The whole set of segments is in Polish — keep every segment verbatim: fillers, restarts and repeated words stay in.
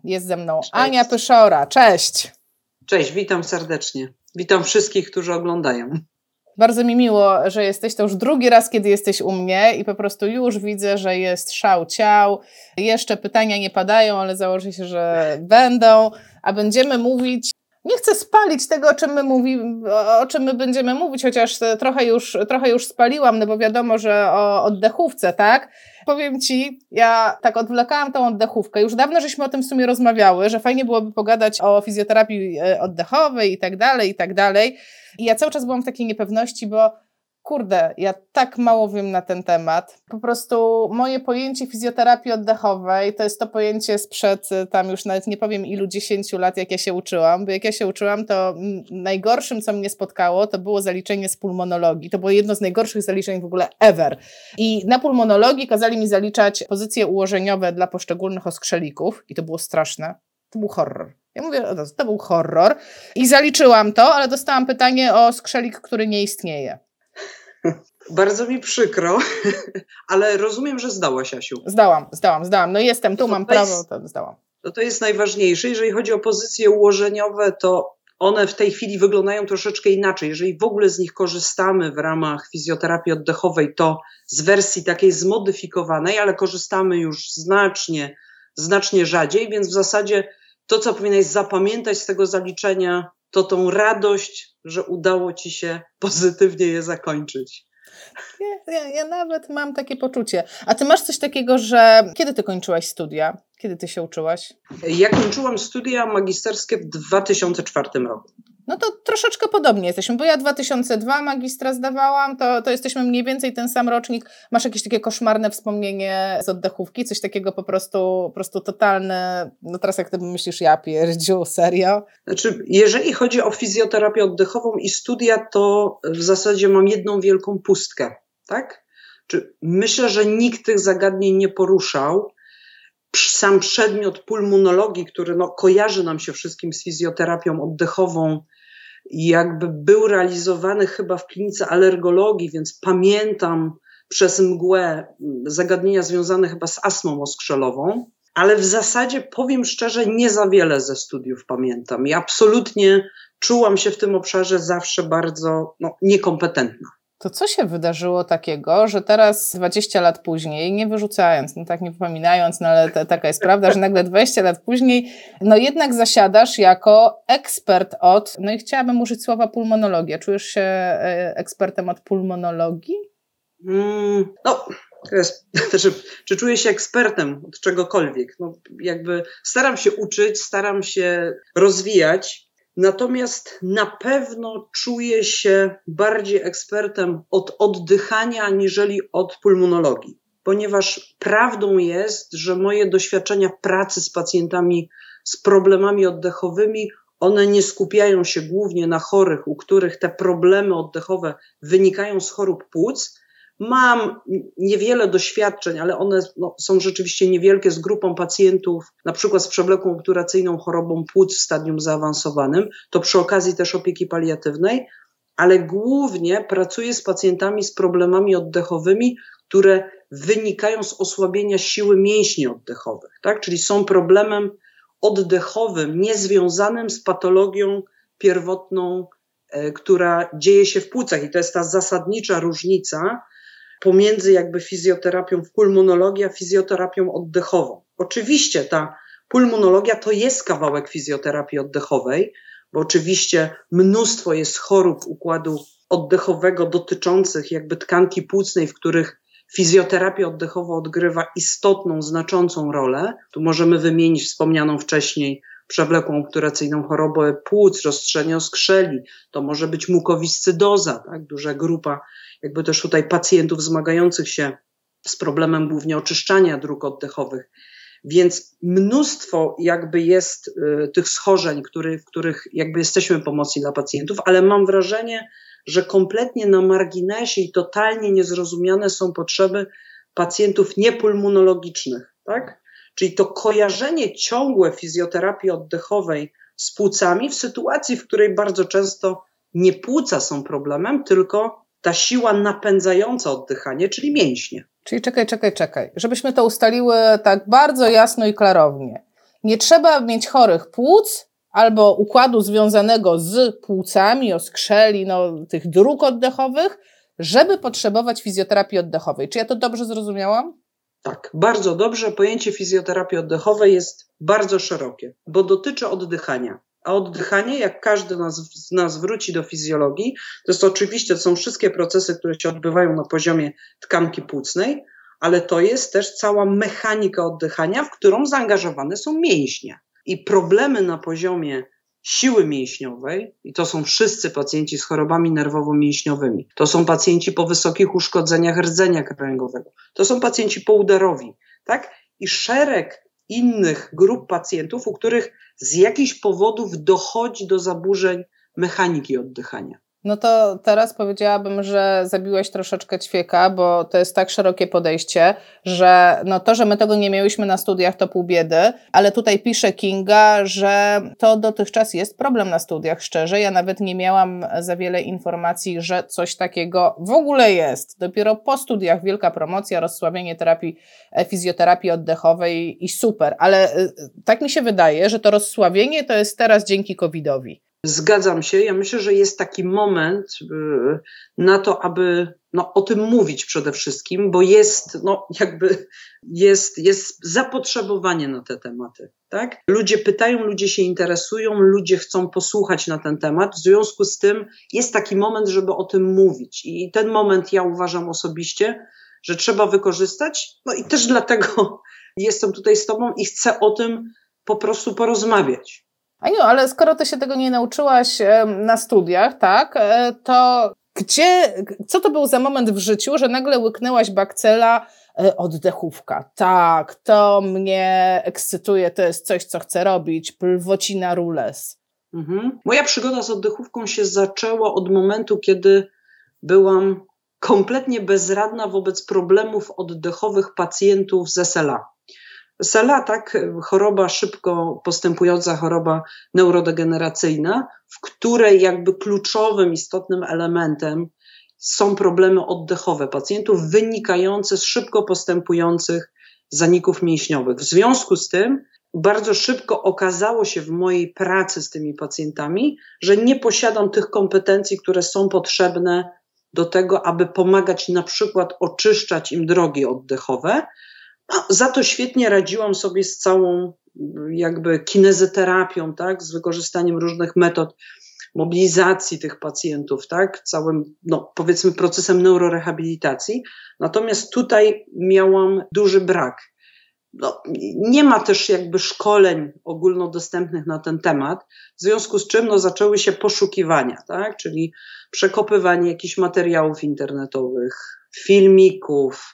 Jest ze mną Cześć. Ania Pyszora. Cześć. Cześć, witam serdecznie. Witam wszystkich, którzy oglądają. Bardzo mi miło, że jesteś. To już drugi raz, kiedy jesteś u mnie i po prostu już widzę, że jest szał ciał. Jeszcze pytania nie padają, ale założę się, że będą, a będziemy mówić. Nie chcę spalić tego, o czym my mówimy, o czym my będziemy mówić, chociaż trochę już, trochę już spaliłam, no bo wiadomo, że o oddechówce, tak? Powiem Ci, ja tak odwlekałam tą oddechówkę. Już dawno żeśmy o tym w sumie rozmawiały, że fajnie byłoby pogadać o fizjoterapii oddechowej i tak dalej, i tak dalej. I ja cały czas byłam w takiej niepewności, bo kurde, ja tak mało wiem na ten temat. Po prostu moje pojęcie fizjoterapii oddechowej to jest to pojęcie sprzed tam już nawet nie powiem ilu dziesięciu lat, jak ja się uczyłam, bo jak ja się uczyłam, to najgorszym, co mnie spotkało, to było zaliczenie z pulmonologii. To było jedno z najgorszych zaliczeń w ogóle ever. I na pulmonologii kazali mi zaliczać pozycje ułożeniowe dla poszczególnych oskrzelików i to było straszne. To był horror. Ja mówię, to był horror. I zaliczyłam to, ale dostałam pytanie o skrzelik, który nie istnieje. Bardzo mi przykro, ale rozumiem, że zdałaś, Asiu. Zdałam, zdałam, zdałam. No jestem tu, to mam to jest, prawo, to zdałam. To, to jest najważniejsze. Jeżeli chodzi o pozycje ułożeniowe, to one w tej chwili wyglądają troszeczkę inaczej. Jeżeli w ogóle z nich korzystamy w ramach fizjoterapii oddechowej, to z wersji takiej zmodyfikowanej, ale korzystamy już znacznie, znacznie rzadziej, więc w zasadzie to, co powinnaś zapamiętać z tego zaliczenia, to tą radość, że udało Ci się pozytywnie je zakończyć. Ja, ja, ja nawet mam takie poczucie. A Ty masz coś takiego, że kiedy Ty kończyłaś studia? Kiedy Ty się uczyłaś? Ja kończyłam studia magisterskie w dwa tysiące czwartym roku. No to troszeczkę podobnie jesteśmy, bo ja dwa tysiące drugi magistra zdawałam, to, to jesteśmy mniej więcej ten sam rocznik. Masz jakieś takie koszmarne wspomnienie z oddechówki? Coś takiego po prostu, po prostu totalne, no teraz jak Ty myślisz, ja pierdziu, serio? Znaczy, jeżeli chodzi o fizjoterapię oddechową i studia, to w zasadzie mam jedną wielką pustkę, tak? Czy myślę, że nikt tych zagadnień nie poruszał. Sam przedmiot pulmonologii, który no, kojarzy nam się wszystkim z fizjoterapią oddechową, jakby był realizowany chyba w klinice alergologii, więc pamiętam przez mgłę zagadnienia związane chyba z astmą oskrzelową, ale w zasadzie powiem szczerze, nie za wiele ze studiów pamiętam. Ja absolutnie czułam się w tym obszarze zawsze bardzo no, niekompetentna. To co się wydarzyło takiego, że teraz dwadzieścia lat później, nie wyrzucając, no tak nie wypominając, no ale to, taka jest prawda, że nagle dwadzieścia lat później, no jednak zasiadasz jako ekspert od, no i chciałabym użyć słowa pulmonologia. Czujesz się ekspertem od pulmonologii? Mm, no, jest, czy, czy czuję się ekspertem od czegokolwiek? No, jakby staram się uczyć, staram się rozwijać. Natomiast na pewno czuję się bardziej ekspertem od oddychania aniżeli od pulmonologii, ponieważ prawdą jest, że moje doświadczenia pracy z pacjentami z problemami oddechowymi, one nie skupiają się głównie na chorych, u których te problemy oddechowe wynikają z chorób płuc. Mam niewiele doświadczeń, ale one no, są rzeczywiście niewielkie z grupą pacjentów, na przykład z przewlekłą obturacyjną chorobą płuc w stadium zaawansowanym, to przy okazji też opieki paliatywnej, ale głównie pracuję z pacjentami z problemami oddechowymi, które wynikają z osłabienia siły mięśni oddechowych, tak? Czyli są problemem oddechowym niezwiązanym z patologią pierwotną, e, która dzieje się w płucach i to jest ta zasadnicza różnica pomiędzy jakby fizjoterapią w pulmonologii a fizjoterapią oddechową. Oczywiście ta pulmonologia to jest kawałek fizjoterapii oddechowej, bo oczywiście mnóstwo jest chorób układu oddechowego dotyczących jakby tkanki płucnej, w których fizjoterapia oddechowa odgrywa istotną, znaczącą rolę. Tu możemy wymienić wspomnianą wcześniej przewlekłą obturacyjną chorobę płuc, rozstrzenie oskrzeli, to może być mukowiscydoza, tak? Duża grupa jakby też tutaj pacjentów zmagających się z problemem głównie oczyszczania dróg oddechowych. Więc mnóstwo jakby jest y, tych schorzeń, który, w których jakby jesteśmy pomocni dla pacjentów, ale mam wrażenie, że kompletnie na marginesie i totalnie niezrozumiane są potrzeby pacjentów niepulmonologicznych, tak? Czyli to kojarzenie ciągłe fizjoterapii oddechowej z płucami w sytuacji, w której bardzo często nie płuca są problemem, tylko ta siła napędzająca oddychanie, czyli mięśnie. Czyli czekaj, czekaj, czekaj. Żebyśmy to ustaliły tak bardzo jasno i klarownie. nie trzeba mieć chorych płuc albo układu związanego z płucami, oskrzeli, no, tych dróg oddechowych, żeby potrzebować fizjoterapii oddechowej. Czy ja to dobrze zrozumiałam? Tak, bardzo dobrze. Pojęcie fizjoterapii oddechowej jest bardzo szerokie, bo dotyczy oddychania. A oddychanie, jak każdy z nas wróci do fizjologii, to jest oczywiście, to są wszystkie procesy, które się odbywają na poziomie tkanki płucnej, ale to jest też cała mechanika oddychania, w którą zaangażowane są mięśnie. I problemy na poziomie siły mięśniowej, i to są wszyscy pacjenci z chorobami nerwowo-mięśniowymi, to są pacjenci po wysokich uszkodzeniach rdzenia kręgowego, to są pacjenci poudarowi, tak? I szereg innych grup pacjentów, u których z jakichś powodów dochodzi do zaburzeń mechaniki oddychania. No to teraz powiedziałabym, że zabiłaś troszeczkę ćwieka, bo to jest tak szerokie podejście, że no to, że my tego nie miałyśmy na studiach, to pół biedy, ale tutaj pisze Kinga, że to dotychczas jest problem na studiach, szczerze. Ja nawet nie miałam za wiele informacji, że coś takiego w ogóle jest. Dopiero po studiach wielka promocja, rozsławienie terapii, fizjoterapii oddechowej i super, ale tak mi się wydaje, że to rozsławienie to jest teraz dzięki kowidowi. Zgadzam się. Ja myślę, że jest taki moment na to, aby no, o tym mówić przede wszystkim, bo jest, no, jakby jest, jest zapotrzebowanie na te tematy. Tak? Ludzie pytają, ludzie się interesują, ludzie chcą posłuchać na ten temat. W związku z tym jest taki moment, żeby o tym mówić. I ten moment ja uważam osobiście, że trzeba wykorzystać. No i też dlatego jestem tutaj z tobą i chcę o tym po prostu porozmawiać. Aniu, ale skoro ty się tego nie nauczyłaś na studiach, tak, to gdzie, co to był za moment w życiu, że nagle łyknęłaś bakcela oddechówka? Tak, to mnie ekscytuje, to jest coś, co chcę robić, plwocina rules. Mhm. Moja przygoda z oddechówką się zaczęła od momentu, kiedy byłam kompletnie bezradna wobec problemów oddechowych pacjentów z S L A. S L A, tak, choroba szybko postępująca, choroba neurodegeneracyjna, w której jakby kluczowym, istotnym elementem są problemy oddechowe pacjentów wynikające z szybko postępujących zaników mięśniowych. W związku z tym bardzo szybko okazało się w mojej pracy z tymi pacjentami, że nie posiadam tych kompetencji, które są potrzebne do tego, aby pomagać na przykład oczyszczać im drogi oddechowe. No, za to świetnie radziłam sobie z całą jakby kinezyterapią, tak, z wykorzystaniem różnych metod mobilizacji tych pacjentów, tak, całym, no, powiedzmy procesem neurorehabilitacji. Natomiast tutaj miałam duży brak. No, nie ma też jakby szkoleń ogólnodostępnych na ten temat, w związku z czym no, zaczęły się poszukiwania, tak, czyli przekopywanie jakichś materiałów internetowych, filmików,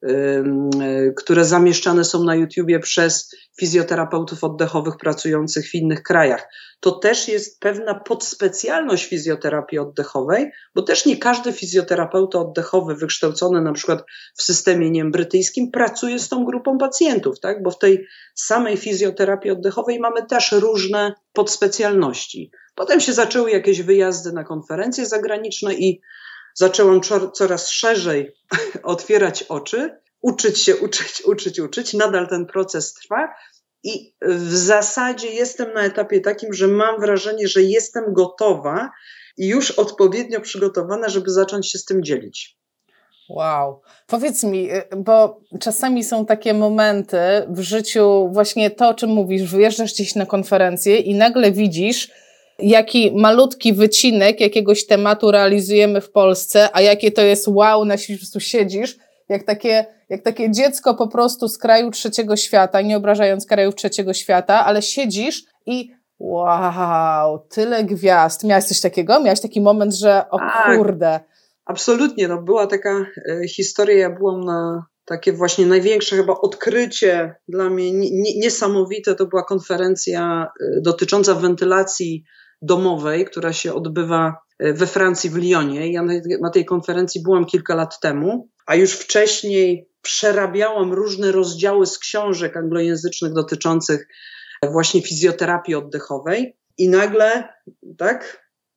które zamieszczane są na YouTubie przez fizjoterapeutów oddechowych pracujących w innych krajach. To też jest pewna podspecjalność fizjoterapii oddechowej, bo też nie każdy fizjoterapeuta oddechowy wykształcony na przykład w systemie, nie wiem, brytyjskim pracuje z tą grupą pacjentów, tak? Bo w tej samej fizjoterapii oddechowej mamy też różne podspecjalności. Potem się zaczęły jakieś wyjazdy na konferencje zagraniczne i zaczęłam coraz szerzej otwierać oczy, uczyć się, uczyć, uczyć, uczyć. Nadal ten proces trwa i w zasadzie jestem na etapie takim, że mam wrażenie, że jestem gotowa i już odpowiednio przygotowana, żeby zacząć się z tym dzielić. Wow. Powiedz mi, bo czasami są takie momenty w życiu, właśnie to, o czym mówisz, wyjeżdżasz gdzieś na konferencję i nagle widzisz, jaki malutki wycinek jakiegoś tematu realizujemy w Polsce, a jakie to jest wow, na po prostu siedzisz, jak takie, jak takie dziecko po prostu z kraju trzeciego świata, nie obrażając krajów trzeciego świata, ale siedzisz i wow, tyle gwiazd. Miałaś coś takiego? Miałaś taki moment, że o tak, kurde. Absolutnie, no była taka e, historia, ja byłam na takie właśnie największe chyba odkrycie dla mnie niesamowite, to była konferencja dotycząca wentylacji domowej, która się odbywa we Francji, w Lyonie. Ja na tej konferencji byłam kilka lat temu, a już wcześniej przerabiałam różne rozdziały z książek anglojęzycznych dotyczących właśnie fizjoterapii oddechowej i nagle, tak,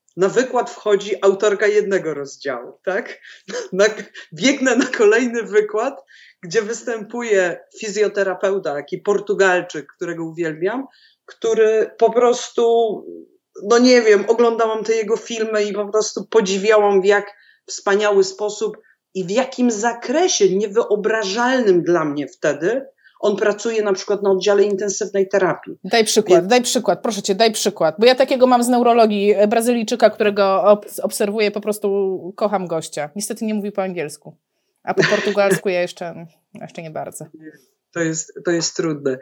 na wykład wchodzi autorka jednego rozdziału, tak? Na, biegnę na kolejny wykład, gdzie występuje fizjoterapeuta, taki Portugalczyk, którego uwielbiam, który po prostu, no nie wiem, oglądałam te jego filmy i po prostu podziwiałam, w jak wspaniały sposób i w jakim zakresie niewyobrażalnym dla mnie wtedy on pracuje na przykład na oddziale intensywnej terapii. Daj przykład, Więc... daj przykład, proszę cię, daj przykład. Bo ja takiego mam z neurologii, Brazylijczyka, którego obserwuję, po prostu kocham gościa. Niestety nie mówi po angielsku, a po portugalsku ja jeszcze, jeszcze nie bardzo. To jest, to jest trudne.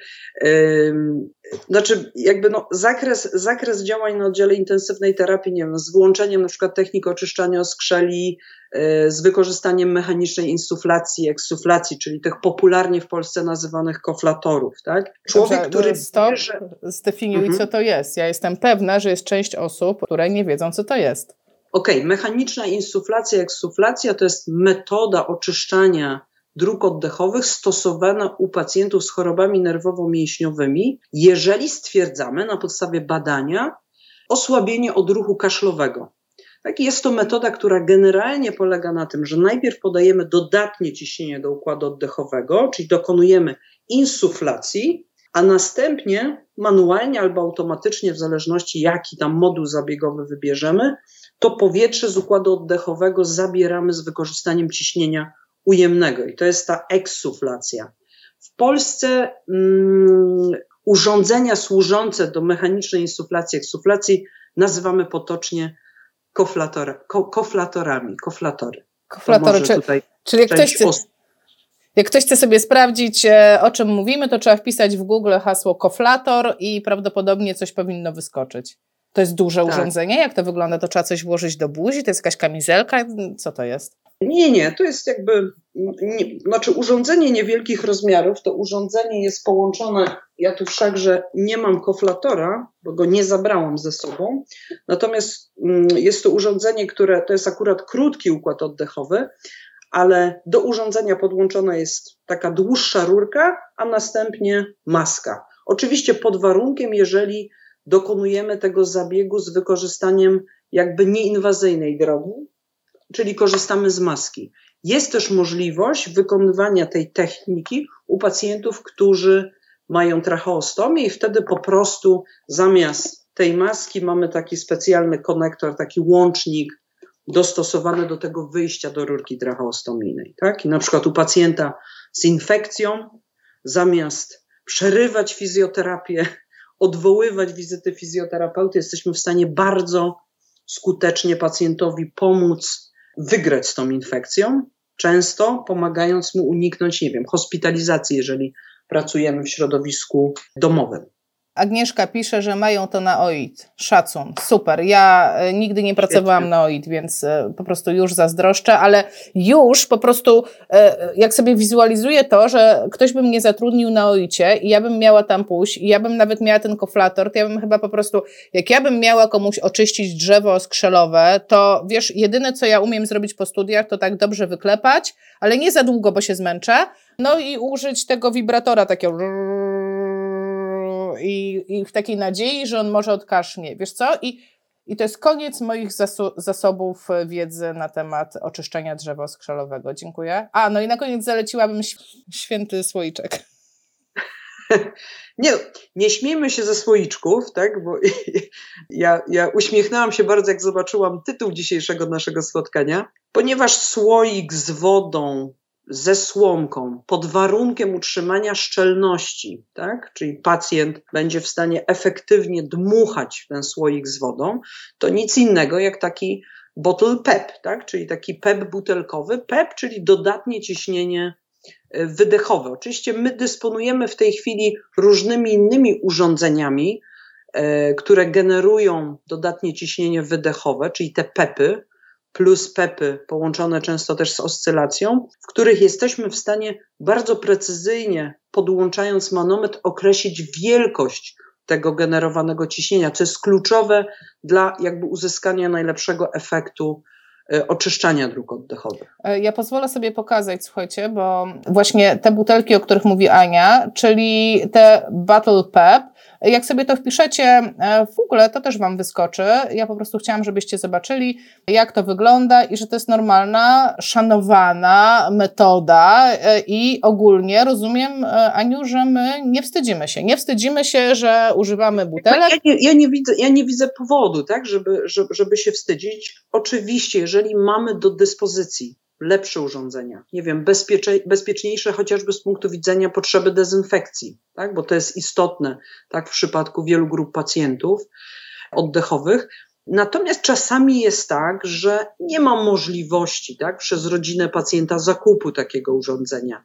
Ym, znaczy, jakby no, zakres, zakres działań na oddziale intensywnej terapii, nie wiem, z wyłączeniem na przykład technik oczyszczania oskrzeli, yy, z wykorzystaniem mechanicznej insuflacji, eksuflacji, czyli tych popularnie w Polsce nazywanych koflatorów, tak? Człowiek, Dobrze, który... Stop, bierze... zdefiniuj, mhm. co to jest. Ja jestem pewna, że jest część osób, które nie wiedzą, co to jest. Okej, okay. Mechaniczna insuflacja, eksuflacja to jest metoda oczyszczania dróg oddechowych stosowana u pacjentów z chorobami nerwowo-mięśniowymi, jeżeli stwierdzamy na podstawie badania osłabienie odruchu kaszlowego. Tak, jest to metoda, która generalnie polega na tym, że najpierw podajemy dodatnie ciśnienie do układu oddechowego, czyli dokonujemy insuflacji, a następnie manualnie albo automatycznie, w zależności jaki tam moduł zabiegowy wybierzemy, to powietrze z układu oddechowego zabieramy z wykorzystaniem ciśnienia ujemnego i to jest ta eksuflacja. W Polsce um, urządzenia służące do mechanicznej insuflacji, eksuflacji nazywamy potocznie koflatora, ko, koflatorami, koflatory. Koflatory, czy, czyli jak ktoś, chce, jak ktoś chce sobie sprawdzić, o czym mówimy, to trzeba wpisać w Google hasło koflator i prawdopodobnie coś powinno wyskoczyć. To jest duże tak. urządzenie? Jak to wygląda? To trzeba coś włożyć do buzi? To jest jakaś kamizelka? Co to jest? Nie, nie, to jest jakby, nie, znaczy urządzenie niewielkich rozmiarów, to urządzenie jest połączone, ja tu wszakże nie mam koflatora, bo go nie zabrałam ze sobą, natomiast jest to urządzenie, które, to jest akurat krótki układ oddechowy, ale do urządzenia podłączona jest taka dłuższa rurka, a następnie maska. Oczywiście pod warunkiem, jeżeli dokonujemy tego zabiegu z wykorzystaniem jakby nieinwazyjnej drogi, czyli korzystamy z maski. Jest też możliwość wykonywania tej techniki u pacjentów, którzy mają tracheostomię i wtedy po prostu zamiast tej maski mamy taki specjalny konektor, taki łącznik dostosowany do tego wyjścia do rurki tracheostomijnej. Tak? I na przykład u pacjenta z infekcją zamiast przerywać fizjoterapię, odwoływać wizyty fizjoterapeuty, jesteśmy w stanie bardzo skutecznie pacjentowi pomóc wygrać z tą infekcją, często pomagając mu uniknąć, nie wiem, hospitalizacji, jeżeli pracujemy w środowisku domowym. Agnieszka pisze, że mają to na O I T. Szacun, super. Ja nigdy nie pracowałam na O I T, więc po prostu już zazdroszczę, ale już po prostu jak sobie wizualizuję to, że ktoś by mnie zatrudnił na O I T-cie i ja bym miała tam pójść i ja bym nawet miała ten koflator, to ja bym chyba po prostu, jak ja bym miała komuś oczyścić drzewo skrzelowe, to wiesz, jedyne co ja umiem zrobić po studiach, to tak dobrze wyklepać, ale nie za długo, bo się zmęczę, no i użyć tego wibratora takiego I, i w takiej nadziei, że on może odkasznie. Wiesz co? I, i to jest koniec moich zasu- zasobów wiedzy na temat oczyszczenia drzewa skrzelowego. Dziękuję. A, no i na koniec zaleciłabym święty słoiczek. Nie, nie śmiejmy się ze słoiczków, tak? Bo ja, ja uśmiechnęłam się bardzo, jak zobaczyłam tytuł dzisiejszego naszego spotkania, ponieważ słoik z wodą, ze słomką, pod warunkiem utrzymania szczelności, tak? Czyli pacjent będzie w stanie efektywnie dmuchać w ten słoik z wodą, to nic innego jak taki bottle P E P, tak? Czyli taki P E P butelkowy. P E P, czyli dodatnie ciśnienie wydechowe. Oczywiście my dysponujemy w tej chwili różnymi innymi urządzeniami, e, które generują dodatnie ciśnienie wydechowe, czyli te P E P-y, plus P E P-y połączone często też z oscylacją, w których jesteśmy w stanie bardzo precyzyjnie, podłączając manometr, określić wielkość tego generowanego ciśnienia, co jest kluczowe dla jakby uzyskania najlepszego efektu oczyszczania dróg oddechowych. Ja pozwolę sobie pokazać, słuchajcie, bo właśnie te butelki, o których mówi Ania, czyli te Bottle P E P, Jak sobie to wpiszecie w Google, to też Wam wyskoczy. Ja po prostu chciałam, żebyście zobaczyli, jak to wygląda i że to jest normalna, szanowana metoda i ogólnie rozumiem, Aniu, że my nie wstydzimy się. Nie wstydzimy się, że używamy butelek. Ja nie, ja nie, widzę, ja nie widzę powodu, tak, żeby, żeby, żeby się wstydzić. Oczywiście, jeżeli mamy do dyspozycji lepsze urządzenia, nie wiem, bezpiecze, bezpieczniejsze chociażby z punktu widzenia potrzeby dezynfekcji, tak, bo to jest istotne, tak, w przypadku wielu grup pacjentów oddechowych. Natomiast czasami jest tak, że nie ma możliwości, tak, przez rodzinę pacjenta zakupu takiego urządzenia.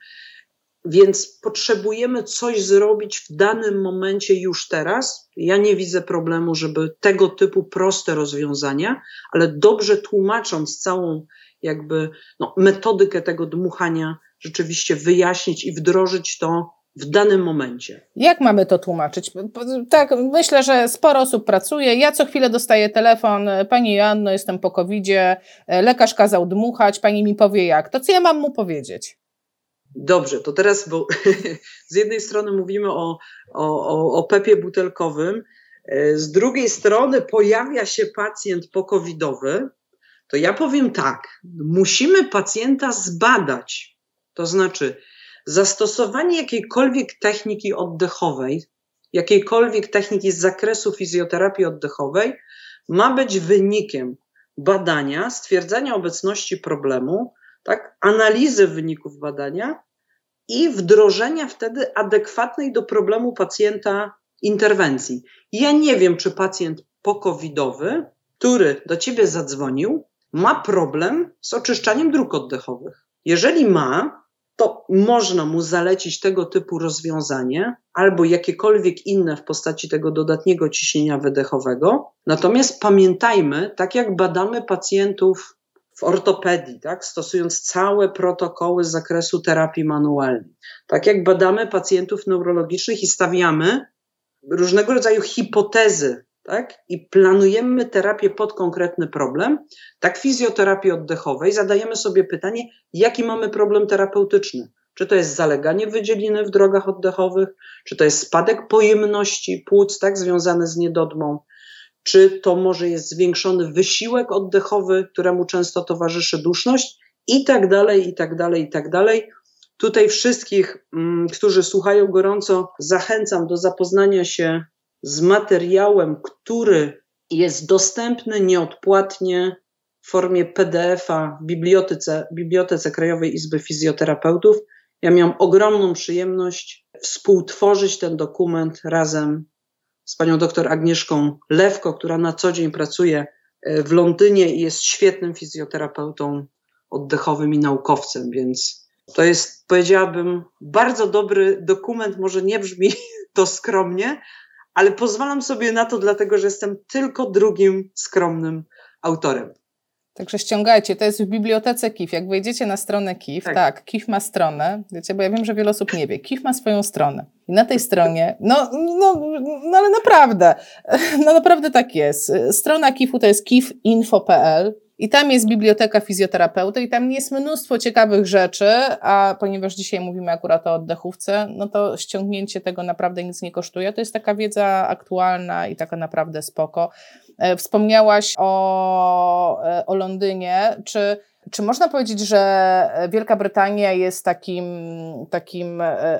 Więc potrzebujemy coś zrobić w danym momencie już teraz. Ja nie widzę problemu, żeby tego typu proste rozwiązania, ale dobrze tłumacząc całą jakby no, metodykę tego dmuchania, rzeczywiście wyjaśnić i wdrożyć to w danym momencie. Jak mamy to tłumaczyć? Tak, myślę, że sporo osób pracuje. Ja co chwilę dostaję telefon, pani Joanno, jestem po kowidzie, lekarz kazał dmuchać, pani mi powie jak. To co ja mam mu powiedzieć? Dobrze, to teraz, bo z jednej strony mówimy o, o, o pepie butelkowym, z drugiej strony pojawia się pacjent pokowidowy, to ja powiem tak, musimy pacjenta zbadać, to znaczy zastosowanie jakiejkolwiek techniki oddechowej, jakiejkolwiek techniki z zakresu fizjoterapii oddechowej ma być wynikiem badania, stwierdzenia obecności problemu, tak, analizy wyników badania i wdrożenia wtedy adekwatnej do problemu pacjenta interwencji. Ja nie wiem, czy pacjent pokowidowy, który do ciebie zadzwonił, ma problem z oczyszczaniem dróg oddechowych. Jeżeli ma, to można mu zalecić tego typu rozwiązanie albo jakiekolwiek inne w postaci tego dodatniego ciśnienia wydechowego. Natomiast pamiętajmy, tak jak badamy pacjentów w ortopedii, tak, stosując całe protokoły z zakresu terapii manualnej. Tak jak badamy pacjentów neurologicznych i stawiamy różnego rodzaju hipotezy, tak, i planujemy terapię pod konkretny problem, tak w fizjoterapii oddechowej zadajemy sobie pytanie, jaki mamy problem terapeutyczny. Czy to jest zaleganie wydzieliny w drogach oddechowych, czy to jest spadek pojemności płuc, tak, związany z niedodmą, czy to może jest zwiększony wysiłek oddechowy, któremu często towarzyszy duszność i tak dalej, i tak dalej, i tak dalej. Tutaj wszystkich, którzy słuchają gorąco, zachęcam do zapoznania się z materiałem, który jest dostępny nieodpłatnie w formie P D F-a w bibliotece, bibliotece Krajowej Izby Fizjoterapeutów. Ja miałam ogromną przyjemność współtworzyć ten dokument razem z panią doktor Agnieszką Lewko, która na co dzień pracuje w Londynie i jest świetnym fizjoterapeutą oddechowym i naukowcem, więc to jest, powiedziałabym, bardzo dobry dokument, może nie brzmi to skromnie, ale pozwalam sobie na to, dlatego że jestem tylko drugim skromnym autorem. Także ściągajcie, to jest w bibliotece K I F. Jak wejdziecie na stronę K I F, tak, tak K I F ma stronę, wiecie, bo ja wiem, że wiele osób nie wie. K I F ma swoją stronę. I na tej stronie, no, no, no ale naprawdę, no naprawdę tak jest. Strona K I F-u to jest kifinfo kropka p l i tam jest biblioteka fizjoterapeuty i tam jest mnóstwo ciekawych rzeczy, a ponieważ dzisiaj mówimy akurat o oddechówce, no to ściągnięcie tego naprawdę nic nie kosztuje. To jest taka wiedza aktualna i taka naprawdę spoko. Wspomniałaś o, o Londynie. Czy, czy można powiedzieć, że Wielka Brytania jest takim, takim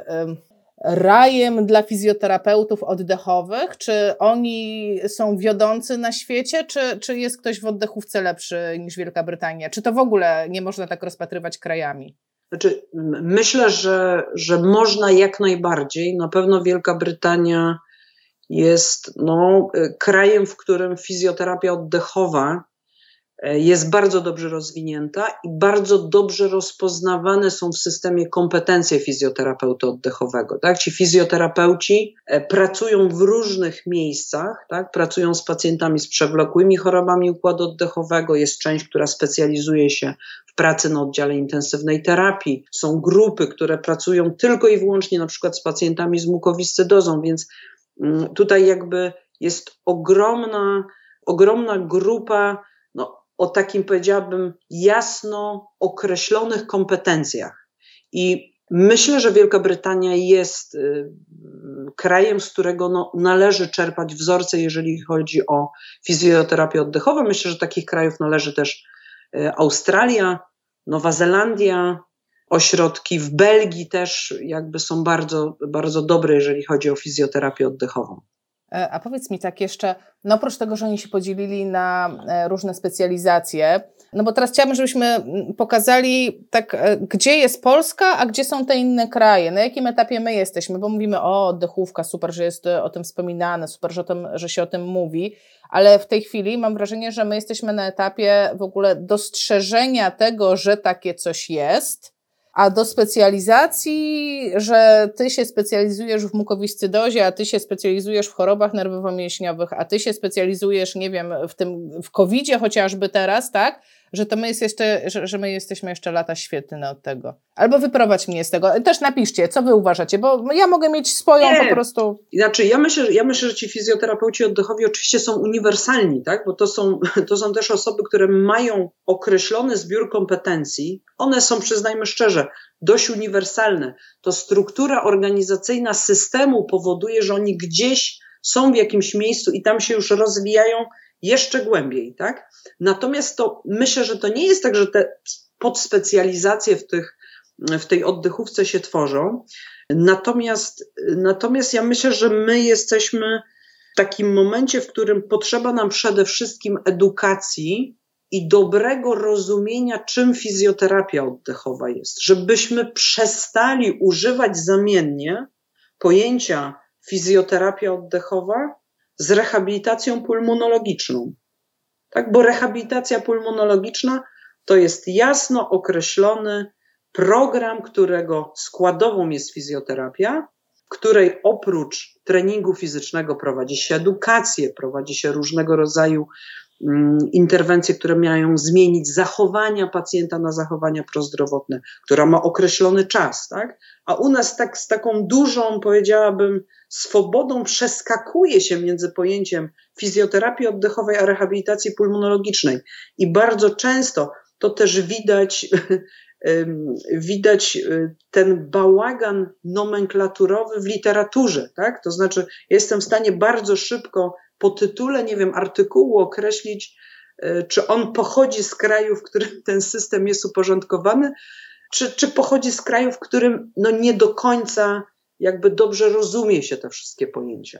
rajem dla fizjoterapeutów oddechowych? Czy oni są wiodący na świecie, czy, czy jest ktoś w oddechówce lepszy niż Wielka Brytania? Czy to w ogóle nie można tak rozpatrywać krajami? Znaczy, myślę, że, że można jak najbardziej. Na pewno Wielka Brytania jest no, krajem, w którym fizjoterapia oddechowa jest bardzo dobrze rozwinięta i bardzo dobrze rozpoznawane są w systemie kompetencje fizjoterapeuty oddechowego. Tak? Ci fizjoterapeuci pracują w różnych miejscach, tak? Pracują z pacjentami z przewlekłymi chorobami układu oddechowego, jest część, która specjalizuje się w pracy na oddziale intensywnej terapii, są grupy, które pracują tylko i wyłącznie na przykład z pacjentami z mukowiscydozą, więc tutaj jakby jest ogromna, ogromna grupa no, o takim, powiedziałabym, jasno określonych kompetencjach. I myślę, że Wielka Brytania jest krajem, z którego no, należy czerpać wzorce, jeżeli chodzi o fizjoterapię oddechową. Myślę, że takich krajów należy też Australia, Nowa Zelandia, ośrodki w Belgii też jakby są bardzo, bardzo dobre, jeżeli chodzi o fizjoterapię oddechową. A powiedz mi tak jeszcze, no oprócz tego, że oni się podzielili na różne specjalizacje, no bo teraz chciałabym, żebyśmy pokazali tak, gdzie jest Polska, a gdzie są te inne kraje, na jakim etapie my jesteśmy, bo mówimy o oddechówka, super, że jest o tym wspominane, super, że, o tym, że się o tym mówi, ale w tej chwili mam wrażenie, że my jesteśmy na etapie w ogóle dostrzeżenia tego, że takie coś jest, a do specjalizacji, że ty się specjalizujesz w mukowiscydozie, a ty się specjalizujesz w chorobach nerwowo-mięśniowych, a ty się specjalizujesz, nie wiem, w tym, w kowidzie chociażby teraz, tak? Że to my jest jeszcze, że, że my jesteśmy jeszcze lata świetlne od tego. Albo wyprowadź mnie z tego. Też napiszcie, co wy uważacie, bo ja mogę mieć swoją Nie. po prostu... Znaczy, ja myślę, ja myślę, że ci fizjoterapeuci oddechowi oczywiście są uniwersalni, tak? Bo to są, to są też osoby, które mają określony zbiór kompetencji. One są, przyznajmy szczerze, dość uniwersalne. To struktura organizacyjna systemu powoduje, że oni gdzieś są w jakimś miejscu i tam się już rozwijają jeszcze głębiej, tak? Natomiast to myślę, że to nie jest tak, że te podspecjalizacje w tych, w tej oddechówce się tworzą. Natomiast, natomiast ja myślę, że my jesteśmy w takim momencie, w którym potrzeba nam przede wszystkim edukacji i dobrego rozumienia, czym fizjoterapia oddechowa jest. Żebyśmy przestali używać zamiennie pojęcia fizjoterapia oddechowa z rehabilitacją pulmonologiczną. Tak, bo rehabilitacja pulmonologiczna to jest jasno określony program, którego składową jest fizjoterapia, w której oprócz treningu fizycznego prowadzi się edukację, prowadzi się różnego rodzaju um, interwencje, które mają zmienić zachowania pacjenta na zachowania prozdrowotne, która ma określony czas, tak? A u nas tak z taką dużą, powiedziałabym, swobodą przeskakuje się między pojęciem fizjoterapii oddechowej a rehabilitacji pulmonologicznej. I bardzo często to też widać, widać ten bałagan nomenklaturowy w literaturze, tak? To znaczy, ja jestem w stanie bardzo szybko po tytule, nie wiem, artykułu określić, czy on pochodzi z kraju, w którym ten system jest uporządkowany, czy, czy pochodzi z kraju, w którym no nie do końca jakby dobrze rozumie się te wszystkie pojęcia.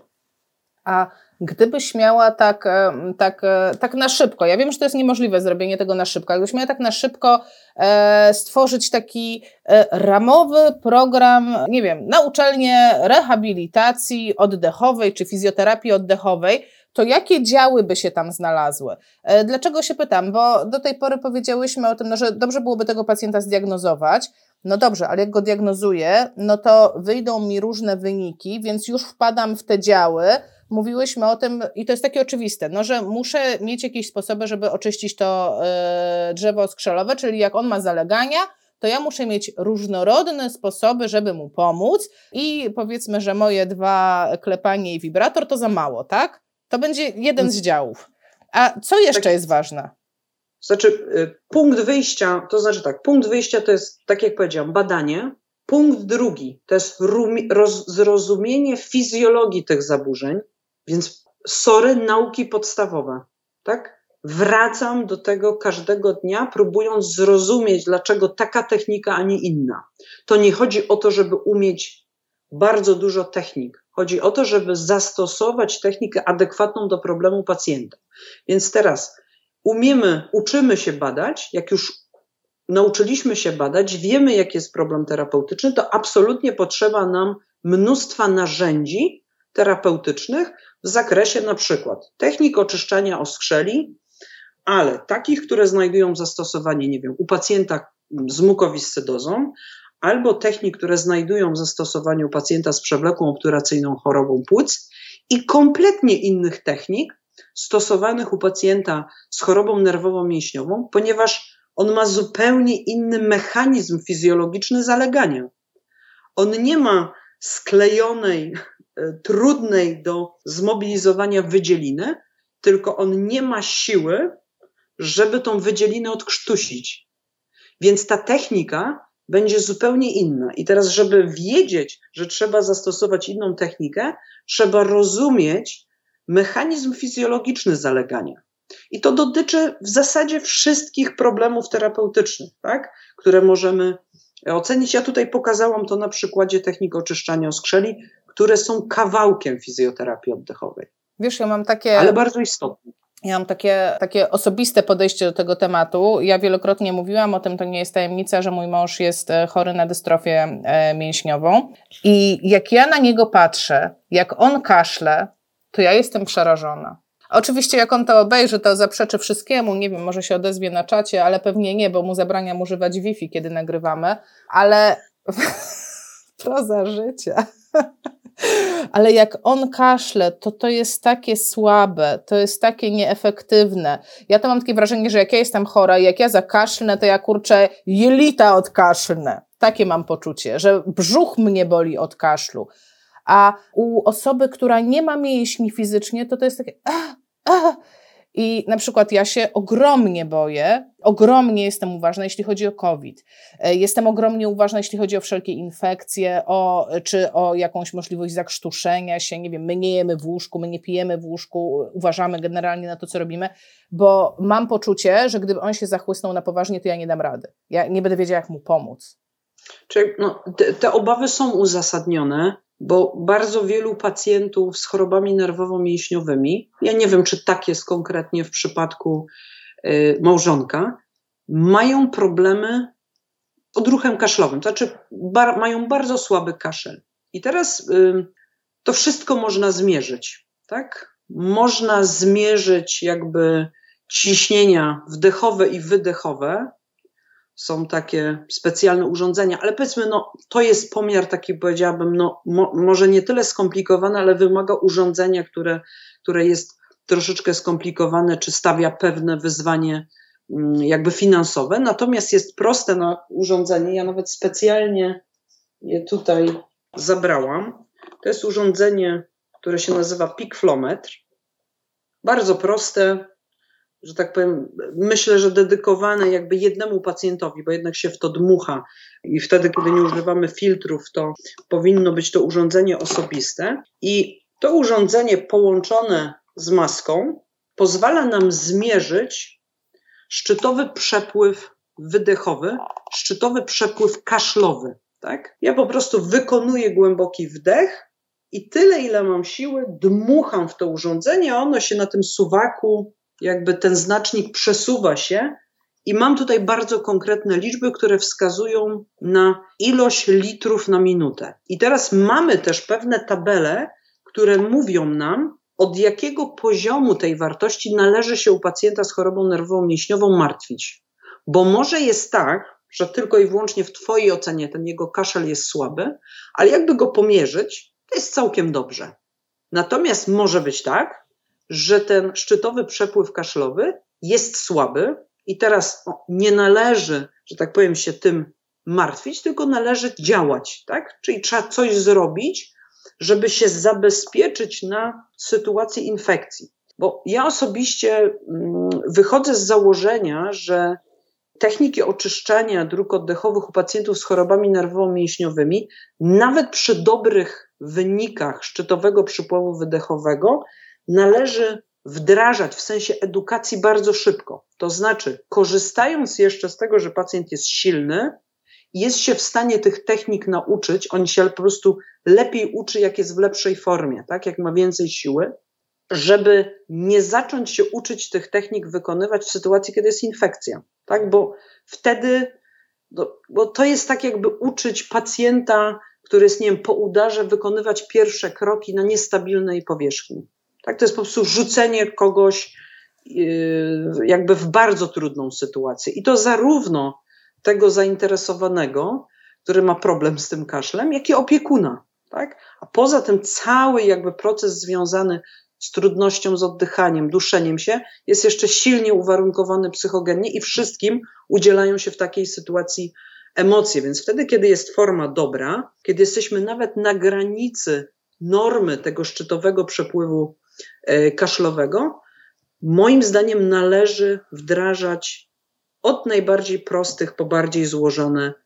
A gdybyś miała tak, tak, tak na szybko, ja wiem, że to jest niemożliwe zrobienie tego na szybko, ale gdybyś miała tak na szybko e, stworzyć taki e, ramowy program, nie wiem, na uczelnię rehabilitacji oddechowej czy fizjoterapii oddechowej, to jakie działy by się tam znalazły? E, dlaczego się pytam? Bo do tej pory powiedziałyśmy o tym, no, że dobrze byłoby tego pacjenta zdiagnozować. No dobrze, ale jak go diagnozuję, no to wyjdą mi różne wyniki, więc już wpadam w te działy. Mówiłyśmy o tym, i to jest takie oczywiste, no, że muszę mieć jakieś sposoby, żeby oczyścić to yy, drzewo skrzelowe, czyli jak on ma zalegania, to ja muszę mieć różnorodne sposoby, żeby mu pomóc i powiedzmy, że moje dwa klepanie i wibrator to za mało, tak? To będzie jeden z działów. A co jeszcze tak jest ważne? Znaczy, punkt wyjścia, to znaczy tak, punkt wyjścia to jest, tak jak powiedziałam, badanie. Punkt drugi to jest roz, zrozumienie fizjologii tych zaburzeń, więc sorry, nauki podstawowe, tak? Wracam do tego każdego dnia, próbując zrozumieć, dlaczego taka technika, a nie inna. To nie chodzi o to, żeby umieć bardzo dużo technik. Chodzi o to, żeby zastosować technikę adekwatną do problemu pacjenta. Więc teraz umiemy, uczymy się badać, jak już nauczyliśmy się badać, wiemy, jaki jest problem terapeutyczny, to absolutnie potrzeba nam mnóstwa narzędzi terapeutycznych w zakresie na przykład technik oczyszczania oskrzeli, ale takich, które znajdują zastosowanie, nie wiem, u pacjenta z mukowiscydozą, albo technik, które znajdują zastosowanie u pacjenta z przewlekłą obturacyjną chorobą płuc i kompletnie innych technik stosowanych u pacjenta z chorobą nerwowo-mięśniową, ponieważ on ma zupełnie inny mechanizm fizjologiczny zalegania. On nie ma sklejonej, trudnej do zmobilizowania wydzieliny, tylko on nie ma siły, żeby tą wydzielinę odkrztusić. Więc ta technika będzie zupełnie inna. I teraz, żeby wiedzieć, że trzeba zastosować inną technikę, trzeba rozumieć mechanizm fizjologiczny zalegania. I to dotyczy w zasadzie wszystkich problemów terapeutycznych, tak? Które możemy ocenić. Ja tutaj pokazałam to na przykładzie technik oczyszczania oskrzeli, które są kawałkiem fizjoterapii oddechowej. Wiesz, ja mam takie... Ale bardzo istotne. Ja mam takie, takie osobiste podejście do tego tematu. Ja wielokrotnie mówiłam o tym, to nie jest tajemnica, że mój mąż jest chory na dystrofię mięśniową i jak ja na niego patrzę, jak on kaszle, to ja jestem przerażona. Oczywiście jak on to obejrzy, to zaprzeczy wszystkiemu, nie wiem, może się odezwie na czacie, ale pewnie nie, bo mu zabraniam używać Wi-Fi, kiedy nagrywamy, ale proza życia. Ale jak on kaszle, to to jest takie słabe, to jest takie nieefektywne. Ja to mam takie wrażenie, że jak ja jestem chora i jak ja zakaszlnę, to ja kurczę jelita odkaszlnę. Takie mam poczucie, że brzuch mnie boli od kaszlu. A u osoby, która nie ma mięśni fizycznie, to to jest takie ah, ah. I na przykład ja się ogromnie boję, ogromnie jestem uważna, jeśli chodzi o COVID. Jestem ogromnie uważna, jeśli chodzi o wszelkie infekcje, o, czy o jakąś możliwość zakrztuszenia się. Nie wiem, my nie jemy w łóżku, my nie pijemy w łóżku, uważamy generalnie na to, co robimy, bo mam poczucie, że gdyby on się zachłysnął na poważnie, to ja nie dam rady. Ja nie będę wiedziała, jak mu pomóc. Czyli no, te, te obawy są uzasadnione, bo bardzo wielu pacjentów z chorobami nerwowo-mięśniowymi, ja nie wiem, czy tak jest konkretnie w przypadku y, małżonka, mają problemy odruchem kaszlowym, to znaczy bar, mają bardzo słaby kaszel. I teraz y, to wszystko można zmierzyć, tak? Można zmierzyć jakby ciśnienia wdechowe i wydechowe. Są takie specjalne urządzenia, ale powiedzmy, no to jest pomiar taki, powiedziałabym, no mo, może nie tyle skomplikowany, ale wymaga urządzenia, które, które jest troszeczkę skomplikowane, czy stawia pewne wyzwanie jakby finansowe, natomiast jest proste na urządzenie, ja nawet specjalnie je tutaj zabrałam. To jest urządzenie, które się nazywa PicFlowmetr. Bardzo proste, że tak powiem, myślę, że dedykowane jakby jednemu pacjentowi, bo jednak się w to dmucha i wtedy, kiedy nie używamy filtrów, to powinno być to urządzenie osobiste i to urządzenie połączone z maską pozwala nam zmierzyć szczytowy przepływ wydechowy, szczytowy przepływ kaszlowy, tak? Ja po prostu wykonuję głęboki wdech i tyle, ile mam siły, dmucham w to urządzenie, a ono się na tym suwaku, jakby ten znacznik przesuwa się i mam tutaj bardzo konkretne liczby, które wskazują na ilość litrów na minutę. I teraz mamy też pewne tabele, które mówią nam, od jakiego poziomu tej wartości należy się u pacjenta z chorobą nerwowo-mięśniową martwić. Bo może jest tak, że tylko i wyłącznie w twojej ocenie ten jego kaszel jest słaby, ale jakby go pomierzyć, to jest całkiem dobrze. Natomiast może być tak, że ten szczytowy przepływ kaszlowy jest słaby i teraz no, nie należy, że tak powiem, się tym martwić, tylko należy działać, tak? Czyli trzeba coś zrobić, żeby się zabezpieczyć na sytuację infekcji. Bo ja osobiście wychodzę z założenia, że techniki oczyszczania dróg oddechowych u pacjentów z chorobami nerwowo-mięśniowymi, nawet przy dobrych wynikach szczytowego przepływu wydechowego, należy wdrażać w sensie edukacji bardzo szybko. To znaczy, korzystając jeszcze z tego, że pacjent jest silny, jest się w stanie tych technik nauczyć, on się po prostu lepiej uczy, jak jest w lepszej formie, tak, jak ma więcej siły, żeby nie zacząć się uczyć tych technik wykonywać w sytuacji, kiedy jest infekcja, tak, bo wtedy, bo to jest tak jakby uczyć pacjenta, który jest, nie wiem, po udarze, wykonywać pierwsze kroki na niestabilnej powierzchni. Tak, to jest po prostu rzucenie kogoś yy, jakby w bardzo trudną sytuację. I to zarówno tego zainteresowanego, który ma problem z tym kaszlem, jak i opiekuna. Tak? A poza tym cały jakby proces związany z trudnością z oddychaniem, duszeniem się jest jeszcze silnie uwarunkowany psychogennie i wszystkim udzielają się w takiej sytuacji emocje. Więc wtedy, kiedy jest forma dobra, kiedy jesteśmy nawet na granicy normy tego szczytowego przepływu kaszlowego, moim zdaniem należy wdrażać od najbardziej prostych po bardziej złożone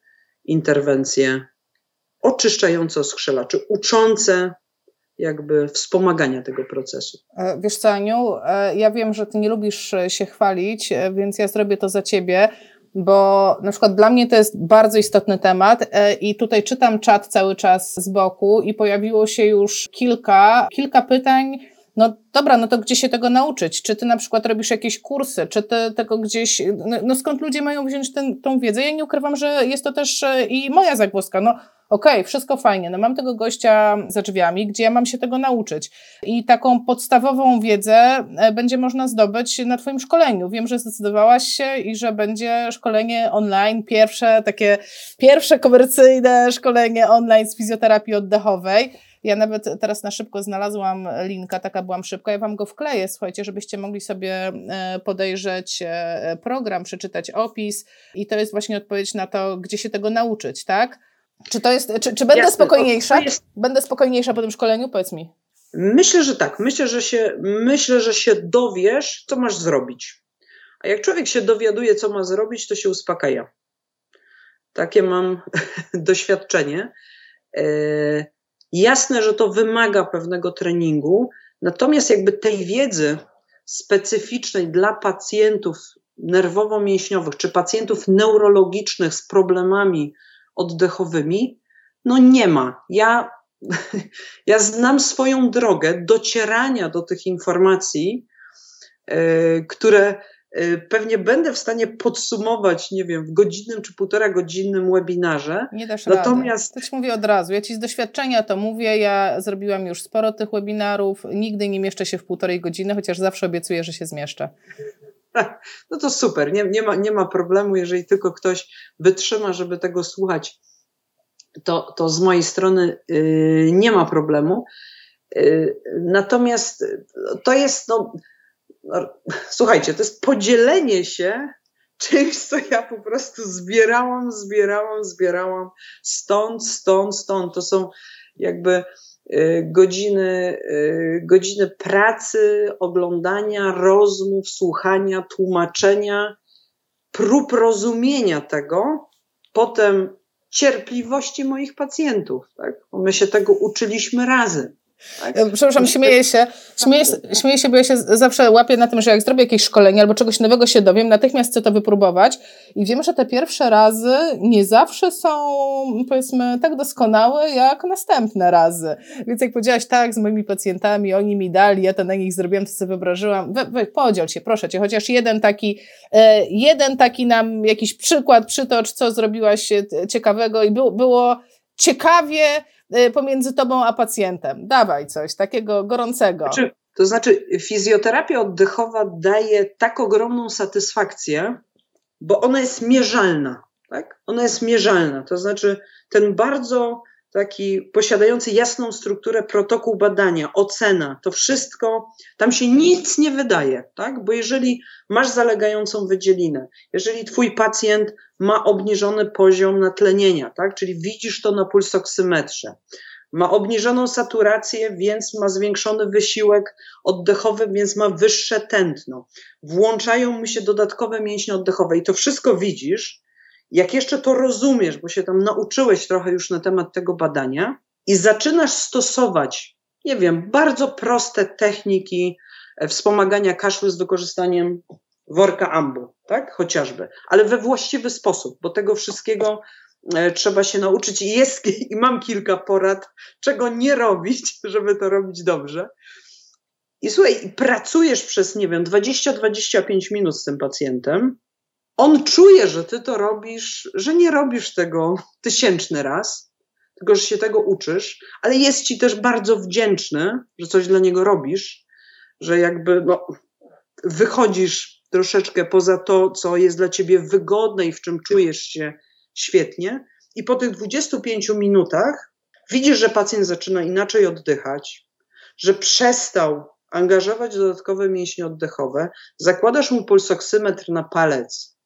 interwencje oczyszczające oskrzelacz, uczące jakby wspomagania tego procesu. Wiesz co, Aniu, ja wiem, że ty nie lubisz się chwalić, więc ja zrobię to za ciebie, bo na przykład dla mnie to jest bardzo istotny temat i tutaj czytam czat cały czas z boku i pojawiło się już kilka, kilka pytań. No dobra, no to gdzie się tego nauczyć? Czy ty na przykład robisz jakieś kursy? Czy ty tego gdzieś, no, no skąd ludzie mają wziąć ten, tą wiedzę? Ja nie ukrywam, że jest to też i moja zagwozdka. No okej, okay, wszystko fajnie, no mam tego gościa za drzwiami, gdzie ja mam się tego nauczyć. I taką podstawową wiedzę będzie można zdobyć na twoim szkoleniu. Wiem, że zdecydowałaś się i że będzie szkolenie online, pierwsze takie, pierwsze komercyjne szkolenie online z fizjoterapii oddechowej. Ja nawet teraz na szybko znalazłam linka, taka byłam szybka, ja wam go wkleję, słuchajcie, żebyście mogli sobie podejrzeć program, przeczytać opis i to jest właśnie odpowiedź na to, gdzie się tego nauczyć, tak? Czy to jest, czy, czy będę Jasne, spokojniejsza? Jest... Będę spokojniejsza po tym szkoleniu? Powiedz mi. Myślę, że tak. Myślę, że się, myślę, że się dowiesz, co masz zrobić. A jak człowiek się dowiaduje, co ma zrobić, to się uspokaja. Takie mam doświadczenie. E... Jasne, że to wymaga pewnego treningu, natomiast jakby tej wiedzy specyficznej dla pacjentów nerwowo-mięśniowych czy pacjentów neurologicznych z problemami oddechowymi, no nie ma. Ja, ja znam swoją drogę docierania do tych informacji, yy, które yy, pewnie będę w stanie podsumować, nie wiem, w godzinnym czy półtora godzinnym webinarze. Nie dasz Natomiast... rady. To ci mówię od razu. Ja ci z doświadczenia to mówię. Ja zrobiłam już sporo tych webinarów. Nigdy nie mieszczę się w półtorej godziny, chociaż zawsze obiecuję, że się zmieszczę. No to super. Nie, nie ma, nie ma problemu, jeżeli tylko ktoś wytrzyma, żeby tego słuchać. To, to z mojej strony yy, nie ma problemu. Yy, natomiast to jest, no, no, słuchajcie, to jest podzielenie się czymś, co ja po prostu zbierałam, zbierałam, zbierałam stąd, stąd, stąd. To są jakby yy, godziny, yy, godziny pracy, oglądania, rozmów, słuchania, tłumaczenia, prób rozumienia tego, potem cierpliwości moich pacjentów, tak? Bo my się tego uczyliśmy razem. Tak? Przepraszam, śmieję się, śmieję, śmieję się, bo ja się zawsze łapię na tym, że jak zrobię jakieś szkolenie albo czegoś nowego się dowiem, natychmiast chcę to wypróbować i wiem, że te pierwsze razy nie zawsze są, powiedzmy, tak doskonałe jak następne razy. Więc jak powiedziałaś, tak, z moimi pacjentami, oni mi dali, ja to na nich zrobiłem, to sobie wyobrażyłam. We, we, podziel się, proszę cię, chociaż jeden taki, e, jeden taki nam jakiś przykład przytocz, co zrobiłaś ciekawego i było, było ciekawie pomiędzy tobą a pacjentem. Dawaj coś takiego gorącego. Znaczy, to znaczy fizjoterapia oddechowa daje tak ogromną satysfakcję, bo ona jest mierzalna. Tak? Ona jest mierzalna. To znaczy ten bardzo taki posiadający jasną strukturę protokół badania, ocena, to wszystko, tam się nic nie wydaje, tak? Bo jeżeli masz zalegającą wydzielinę, jeżeli twój pacjent ma obniżony poziom natlenienia, tak? Czyli widzisz to na pulsoksymetrze, ma obniżoną saturację, więc ma zwiększony wysiłek oddechowy, więc ma wyższe tętno. Włączają mu się dodatkowe mięśnie oddechowe i to wszystko widzisz. Jak jeszcze to rozumiesz, bo się tam nauczyłeś trochę już na temat tego badania i zaczynasz stosować, nie wiem, bardzo proste techniki wspomagania kaszlu z wykorzystaniem worka ambu, tak, chociażby, ale we właściwy sposób, bo tego wszystkiego e, trzeba się nauczyć i jest, i mam kilka porad, czego nie robić, żeby to robić dobrze. I słuchaj, pracujesz przez, nie wiem, dwadzieścia do dwudziestu pięciu minut z tym pacjentem. On czuje, że ty to robisz, że nie robisz tego tysięczny raz, tylko że się tego uczysz, ale jest ci też bardzo wdzięczny, że coś dla niego robisz, że jakby no, wychodzisz troszeczkę poza to, co jest dla ciebie wygodne i w czym czujesz się świetnie. I po tych dwudziestu pięciu minutach widzisz, że pacjent zaczyna inaczej oddychać, że przestał angażować dodatkowe mięśnie oddechowe, zakładasz mu pulsoksymetr na palec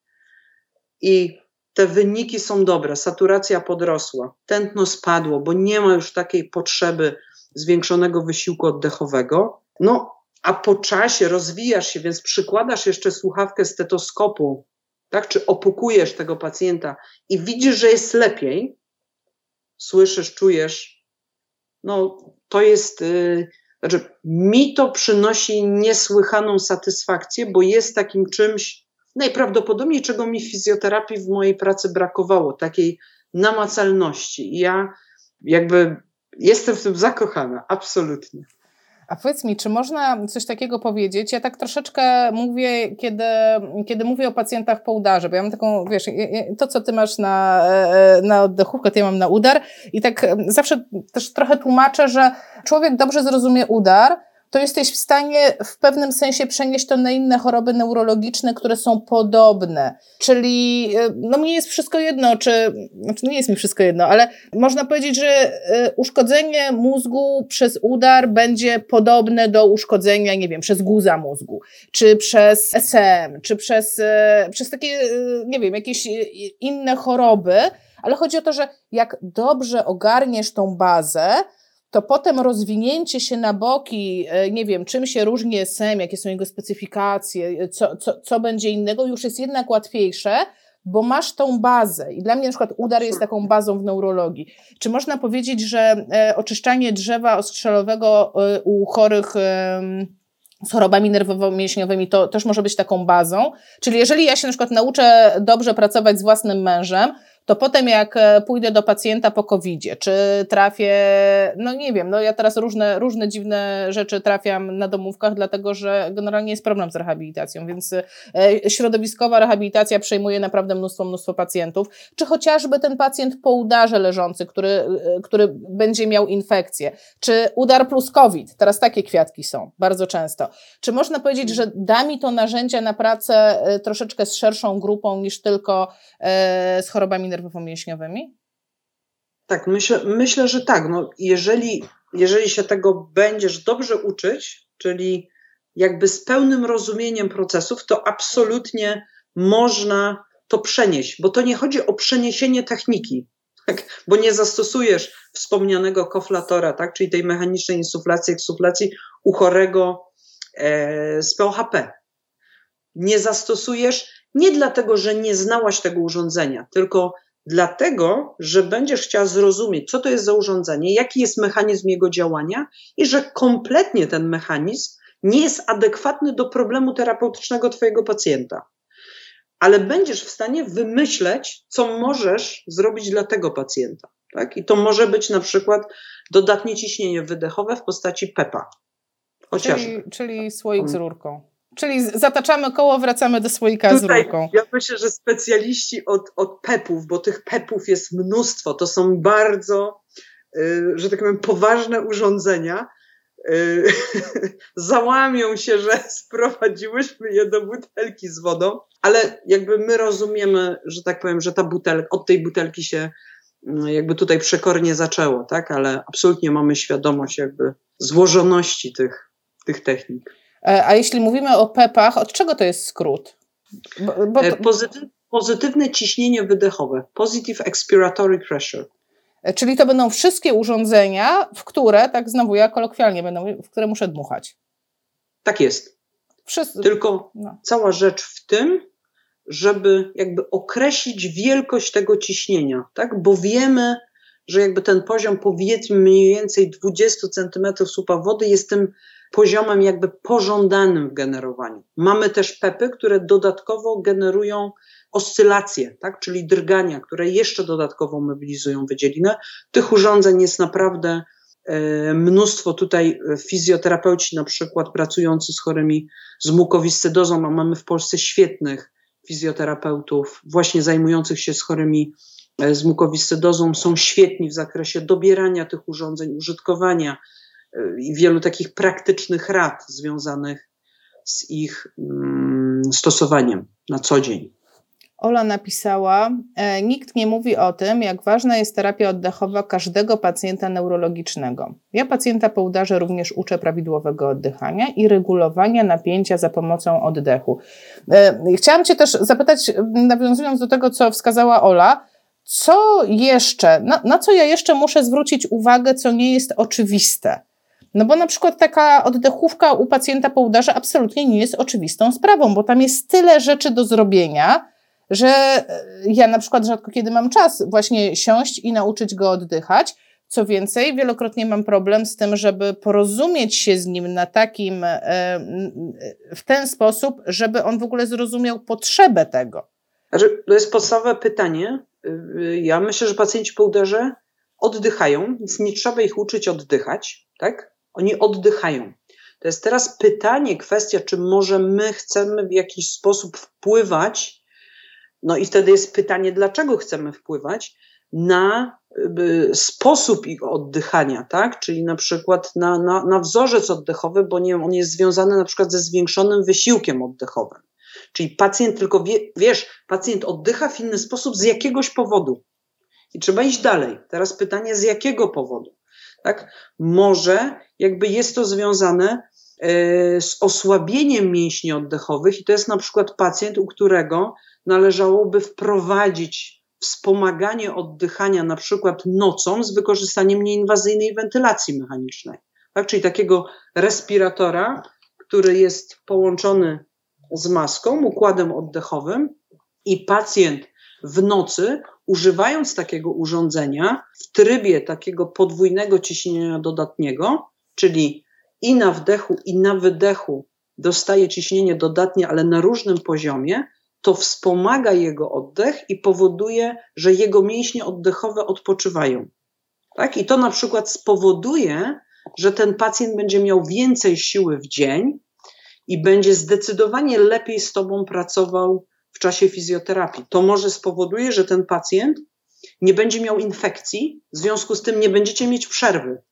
i te wyniki są dobre, saturacja podrosła, tętno spadło, bo nie ma już takiej potrzeby zwiększonego wysiłku oddechowego. No, a po czasie rozwijasz się, więc przykładasz jeszcze słuchawkę stetoskopu tak? Czy opukujesz tego pacjenta i widzisz, że jest lepiej, słyszysz, czujesz, no to jest, yy, znaczy mi to przynosi niesłychaną satysfakcję, bo jest takim czymś najprawdopodobniej, czego mi w fizjoterapii w mojej pracy brakowało, takiej namacalności. I ja jakby jestem w tym zakochana, absolutnie. A powiedz mi, czy można coś takiego powiedzieć? Ja tak troszeczkę mówię, kiedy, kiedy mówię o pacjentach po udarze, bo ja mam taką, wiesz, to co ty masz na, na oddechówkę, to ja mam na udar i tak zawsze też trochę tłumaczę, że człowiek dobrze zrozumie udar, to jesteś w stanie w pewnym sensie przenieść to na inne choroby neurologiczne, które są podobne. Czyli, no mi jest wszystko jedno, czy, znaczy nie jest mi wszystko jedno, ale można powiedzieć, że uszkodzenie mózgu przez udar będzie podobne do uszkodzenia, nie wiem, przez guza mózgu, czy przez S M, czy przez, przez takie, nie wiem, jakieś inne choroby, ale chodzi o to, że jak dobrze ogarniesz tą bazę, to potem rozwinięcie się na boki, nie wiem, czym się różni S M, jakie są jego specyfikacje, co, co, co będzie innego, już jest jednak łatwiejsze, bo masz tą bazę. I dla mnie na przykład udar jest taką bazą w neurologii. Czy można powiedzieć, że oczyszczanie drzewa ostrzelowego u chorych z chorobami nerwowo-mięśniowymi to też może być taką bazą? Czyli jeżeli ja się na przykład nauczę dobrze pracować z własnym mężem, to potem jak pójdę do pacjenta po kowidzie, czy trafię, no nie wiem, no ja teraz różne, różne dziwne rzeczy trafiam na domówkach, dlatego że generalnie jest problem z rehabilitacją, więc środowiskowa rehabilitacja przejmuje naprawdę mnóstwo, mnóstwo pacjentów, czy chociażby ten pacjent po udarze leżący, który, który będzie miał infekcję, czy udar plus COVID, teraz takie kwiatki są bardzo często. Czy można powiedzieć, że da mi to narzędzia na pracę troszeczkę z szerszą grupą niż tylko z chorobami nerwowo-mięśniowymi? Tak, myślę, myślę, że tak. No, jeżeli, jeżeli się tego będziesz dobrze uczyć, czyli jakby z pełnym rozumieniem procesów, to absolutnie można to przenieść, bo to nie chodzi o przeniesienie techniki, tak? Bo nie zastosujesz wspomnianego koflatora, tak? Czyli tej mechanicznej insuflacji, eksuflacji u chorego e, z P O H P. Nie zastosujesz nie dlatego, że nie znałaś tego urządzenia, tylko dlatego, że będziesz chciała zrozumieć, co to jest za urządzenie, jaki jest mechanizm jego działania i że kompletnie ten mechanizm nie jest adekwatny do problemu terapeutycznego twojego pacjenta. Ale będziesz w stanie wymyśleć, co możesz zrobić dla tego pacjenta. Tak? I to może być na przykład dodatnie ciśnienie wydechowe w postaci P E P A. Chociażby. Czyli, czyli słoik z rurką. Czyli zataczamy koło, wracamy do słoika Tutaj z rurką. Ja myślę, że specjaliści od, od P E P ów, bo tych P E P ów jest mnóstwo, to są bardzo, yy, że tak powiem, poważne urządzenia, yy, załamią się, że sprowadziłyśmy je do butelki z wodą, ale jakby my rozumiemy, że tak powiem, że ta butelka, od tej butelki się jakby tutaj przekornie zaczęło, tak? Ale absolutnie mamy świadomość jakby złożoności tych, tych technik. A jeśli mówimy o P E P ach, od czego to jest skrót? Bo, bo to... Pozytyw, pozytywne ciśnienie wydechowe. Positive expiratory pressure. Czyli to będą wszystkie urządzenia, w które, tak znowu ja kolokwialnie będę, w które muszę dmuchać. Tak jest. Wszyscy... Tylko no. Cała rzecz w tym, żeby jakby określić wielkość tego ciśnienia, tak? Bo wiemy, że jakby ten poziom powiedzmy mniej więcej dwadzieścia centymetrów słupa wody jest tym poziomem jakby pożądanym w generowaniu. Mamy też P E P y, które dodatkowo generują oscylacje, tak? Czyli drgania, które jeszcze dodatkowo mobilizują wydzielinę. Tych urządzeń jest naprawdę e, mnóstwo. Tutaj fizjoterapeuci na przykład pracujący z chorymi z mukowiscydozą, a mamy w Polsce świetnych fizjoterapeutów właśnie zajmujących się z chorymi z mukowiscydozą, są świetni w zakresie dobierania tych urządzeń, użytkowania i wielu takich praktycznych rad związanych z ich mm, stosowaniem na co dzień. Ola napisała, e, nikt nie mówi o tym, jak ważna jest terapia oddechowa każdego pacjenta neurologicznego. Ja pacjenta po udarze również uczę prawidłowego oddychania i regulowania napięcia za pomocą oddechu. E, chciałam Cię też zapytać, nawiązując do tego, co wskazała Ola, co jeszcze, na, na co ja jeszcze muszę zwrócić uwagę, co nie jest oczywiste? No bo na przykład taka oddechówka u pacjenta po udarze absolutnie nie jest oczywistą sprawą, bo tam jest tyle rzeczy do zrobienia, że ja na przykład rzadko kiedy mam czas właśnie siąść i nauczyć go oddychać. Co więcej, wielokrotnie mam problem z tym, żeby porozumieć się z nim na takim, w ten sposób, żeby on w ogóle zrozumiał potrzebę tego. Znaczy, to jest podstawowe pytanie. Ja myślę, że pacjenci po udarze oddychają, więc nie trzeba ich uczyć oddychać, tak? Oni oddychają. To jest teraz pytanie, kwestia, czy może my chcemy w jakiś sposób wpływać, no i wtedy jest pytanie, dlaczego chcemy wpływać na y, sposób ich oddychania, tak? Czyli na przykład na, na, na wzorzec oddechowy, bo nie, on jest związany na przykład ze zwiększonym wysiłkiem oddechowym. Czyli pacjent tylko wie, wiesz, pacjent oddycha w inny sposób z jakiegoś powodu. I trzeba iść dalej. Teraz pytanie, z jakiego powodu? Tak? Może jakby jest to związane y, z osłabieniem mięśni oddechowych i to jest na przykład pacjent, u którego należałoby wprowadzić wspomaganie oddychania na przykład nocą z wykorzystaniem nieinwazyjnej wentylacji mechanicznej. Tak? Czyli takiego respiratora, który jest połączony z maską, układem oddechowym i pacjent w nocy, używając takiego urządzenia w trybie takiego podwójnego ciśnienia dodatniego, czyli i na wdechu, i na wydechu dostaje ciśnienie dodatnie, ale na różnym poziomie, to wspomaga jego oddech i powoduje, że jego mięśnie oddechowe odpoczywają. Tak? I to na przykład spowoduje, że ten pacjent będzie miał więcej siły w dzień i będzie zdecydowanie lepiej z tobą pracował w czasie fizjoterapii. To może spowoduje, że ten pacjent nie będzie miał infekcji, w związku z tym nie będziecie mieć przerwy.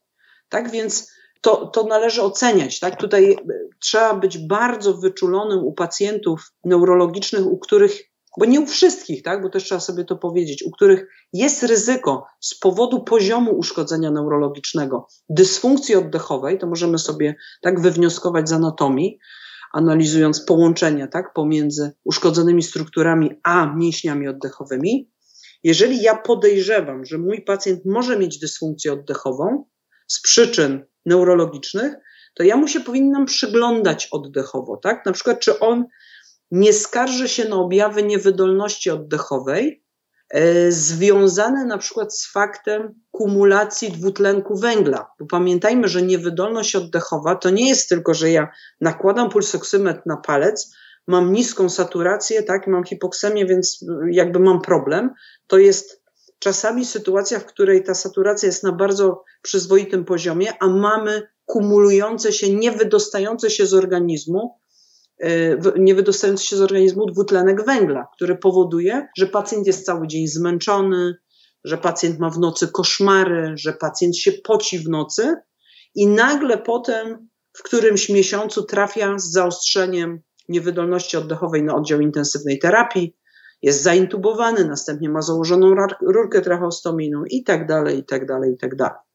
Tak więc to, to należy oceniać. Tak? Tutaj trzeba być bardzo wyczulonym u pacjentów neurologicznych, u których, bo nie u wszystkich, tak? Bo też trzeba sobie to powiedzieć, u których jest ryzyko z powodu poziomu uszkodzenia neurologicznego, dysfunkcji oddechowej, to możemy sobie tak wywnioskować z anatomii, analizując połączenia, tak, pomiędzy uszkodzonymi strukturami a mięśniami oddechowymi. Jeżeli ja podejrzewam, że mój pacjent może mieć dysfunkcję oddechową z przyczyn neurologicznych, to ja mu się powinnam przyglądać oddechowo, tak? Na przykład, czy on nie skarży się na objawy niewydolności oddechowej e, związane na przykład z faktem kumulacji dwutlenku węgla. Bo pamiętajmy, że niewydolność oddechowa to nie jest tylko, że ja nakładam pulsoksymetr na palec, mam niską saturację, tak, mam hipoksemię, więc jakby mam problem. To jest czasami sytuacja, w której ta saturacja jest na bardzo przyzwoitym poziomie, a mamy kumulujące się, niewydostające się z organizmu, niewydostający się z organizmu dwutlenek węgla, który powoduje, że pacjent jest cały dzień zmęczony, że pacjent ma w nocy koszmary, że pacjent się poci w nocy i nagle potem w którymś miesiącu trafia z zaostrzeniem niewydolności oddechowej na oddział intensywnej terapii, jest zaintubowany, następnie ma założoną rurkę tracheostomiczną i tak dalej, i tak dalej, i tak dalej.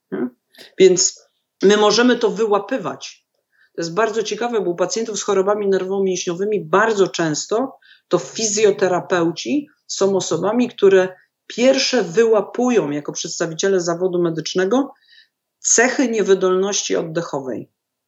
Więc my możemy to wyłapywać. To jest bardzo ciekawe, bo u pacjentów z chorobami nerwowo-mięśniowymi bardzo często to fizjoterapeuci są osobami, które pierwsze wyłapują jako przedstawiciele zawodu medycznego cechy niewydolności oddechowej.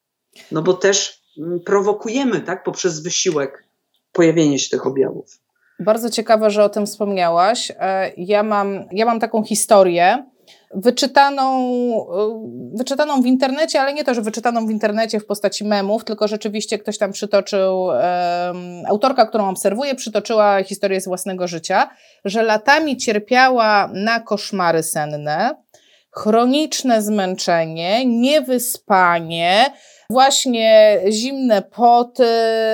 No bo też prowokujemy, tak, poprzez wysiłek pojawienie się tych objawów. Bardzo ciekawe, że o tym wspomniałaś. Ja mam, ja mam taką historię wyczytaną, wyczytaną w internecie, ale nie to, że wyczytaną w internecie w postaci memów, tylko rzeczywiście ktoś tam przytoczył, um, autorka, którą obserwuję, przytoczyła historię z własnego życia, że latami cierpiała na koszmary senne, chroniczne zmęczenie, niewyspanie, właśnie zimne poty,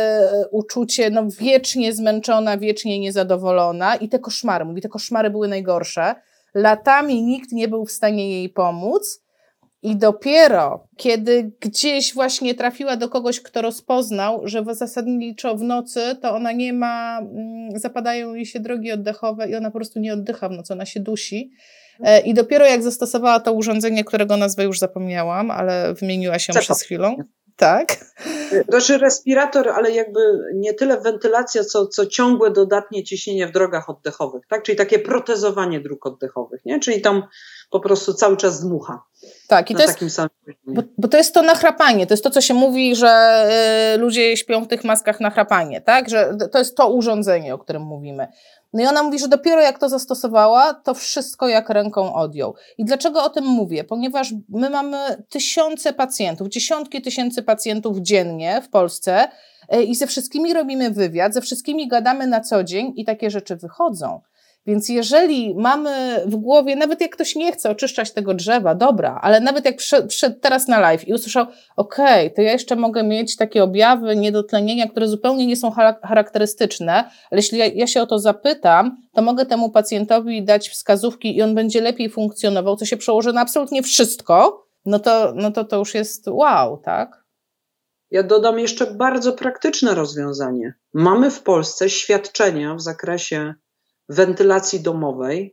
uczucie no, wiecznie zmęczona, wiecznie niezadowolona i te koszmary, mówi, te koszmary były najgorsze. Latami nikt nie był w stanie jej pomóc i dopiero kiedy gdzieś właśnie trafiła do kogoś, kto rozpoznał, że zasadniczo w nocy to ona nie ma, zapadają jej się drogi oddechowe i ona po prostu nie oddycha w nocy, ona się dusi. I dopiero jak zastosowała to urządzenie, którego nazwę już zapomniałam, ale wymieniła się przez chwilę. Tak. Znaczy respirator, ale jakby nie tyle wentylacja, co, co ciągłe dodatnie ciśnienie w drogach oddechowych, tak? Czyli takie protezowanie dróg oddechowych, nie? Czyli tam po prostu cały czas dmucha. Tak, i to jest, bo, bo to jest to nachrapanie, to jest to, co się mówi, że y, ludzie śpią w tych maskach nachrapanie, tak, że to jest to urządzenie, o którym mówimy. No i ona mówi, że dopiero jak to zastosowała, to wszystko jak ręką odjął. I dlaczego o tym mówię? Ponieważ my mamy tysiące pacjentów, dziesiątki tysięcy pacjentów dziennie w Polsce y, i ze wszystkimi robimy wywiad, ze wszystkimi gadamy na co dzień i takie rzeczy wychodzą. Więc jeżeli mamy w głowie, nawet jak ktoś nie chce oczyszczać tego drzewa, dobra, ale nawet jak przyszedł teraz na live i usłyszał, okej, okay, to ja jeszcze mogę mieć takie objawy niedotlenienia, które zupełnie nie są charakterystyczne, ale jeśli ja, ja się o to zapytam, to mogę temu pacjentowi dać wskazówki i on będzie lepiej funkcjonował, co się przełoży na absolutnie wszystko, no to, no to to już jest wow, tak? Ja dodam jeszcze bardzo praktyczne rozwiązanie. Mamy w Polsce świadczenia w zakresie wentylacji domowej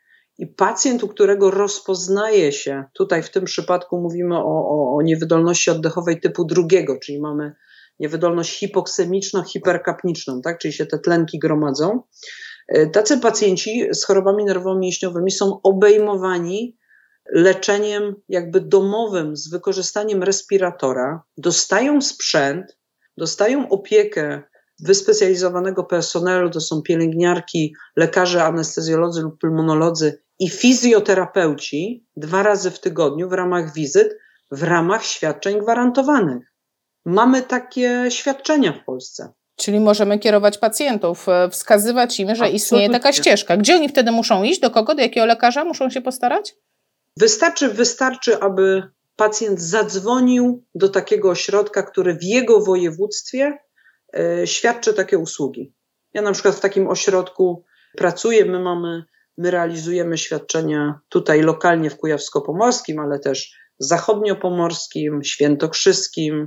i pacjent, u którego rozpoznaje się, tutaj w tym przypadku mówimy o, o, o niewydolności oddechowej typu drugiego, czyli mamy niewydolność hipoksemiczno-hiperkapniczną, tak? Czyli się te tlenki gromadzą. Tacy pacjenci z chorobami nerwowo-mięśniowymi są obejmowani leczeniem jakby domowym z wykorzystaniem respiratora, dostają sprzęt, dostają opiekę wyspecjalizowanego personelu, to są pielęgniarki, lekarze, anestezjolodzy lub pulmonolodzy i fizjoterapeuci dwa razy w tygodniu w ramach wizyt, w ramach świadczeń gwarantowanych. Mamy takie świadczenia w Polsce. Czyli możemy kierować pacjentów, wskazywać im, że Absolutnie. Istnieje taka ścieżka. Gdzie oni wtedy muszą iść? Do kogo? Do jakiego lekarza muszą się postarać? Wystarczy, wystarczy, aby pacjent zadzwonił do takiego ośrodka, który w jego województwie świadczy takie usługi. Ja na przykład w takim ośrodku pracuję, my mamy, my realizujemy świadczenia tutaj lokalnie w Kujawsko-Pomorskim, ale też zachodniopomorskim, świętokrzyskim,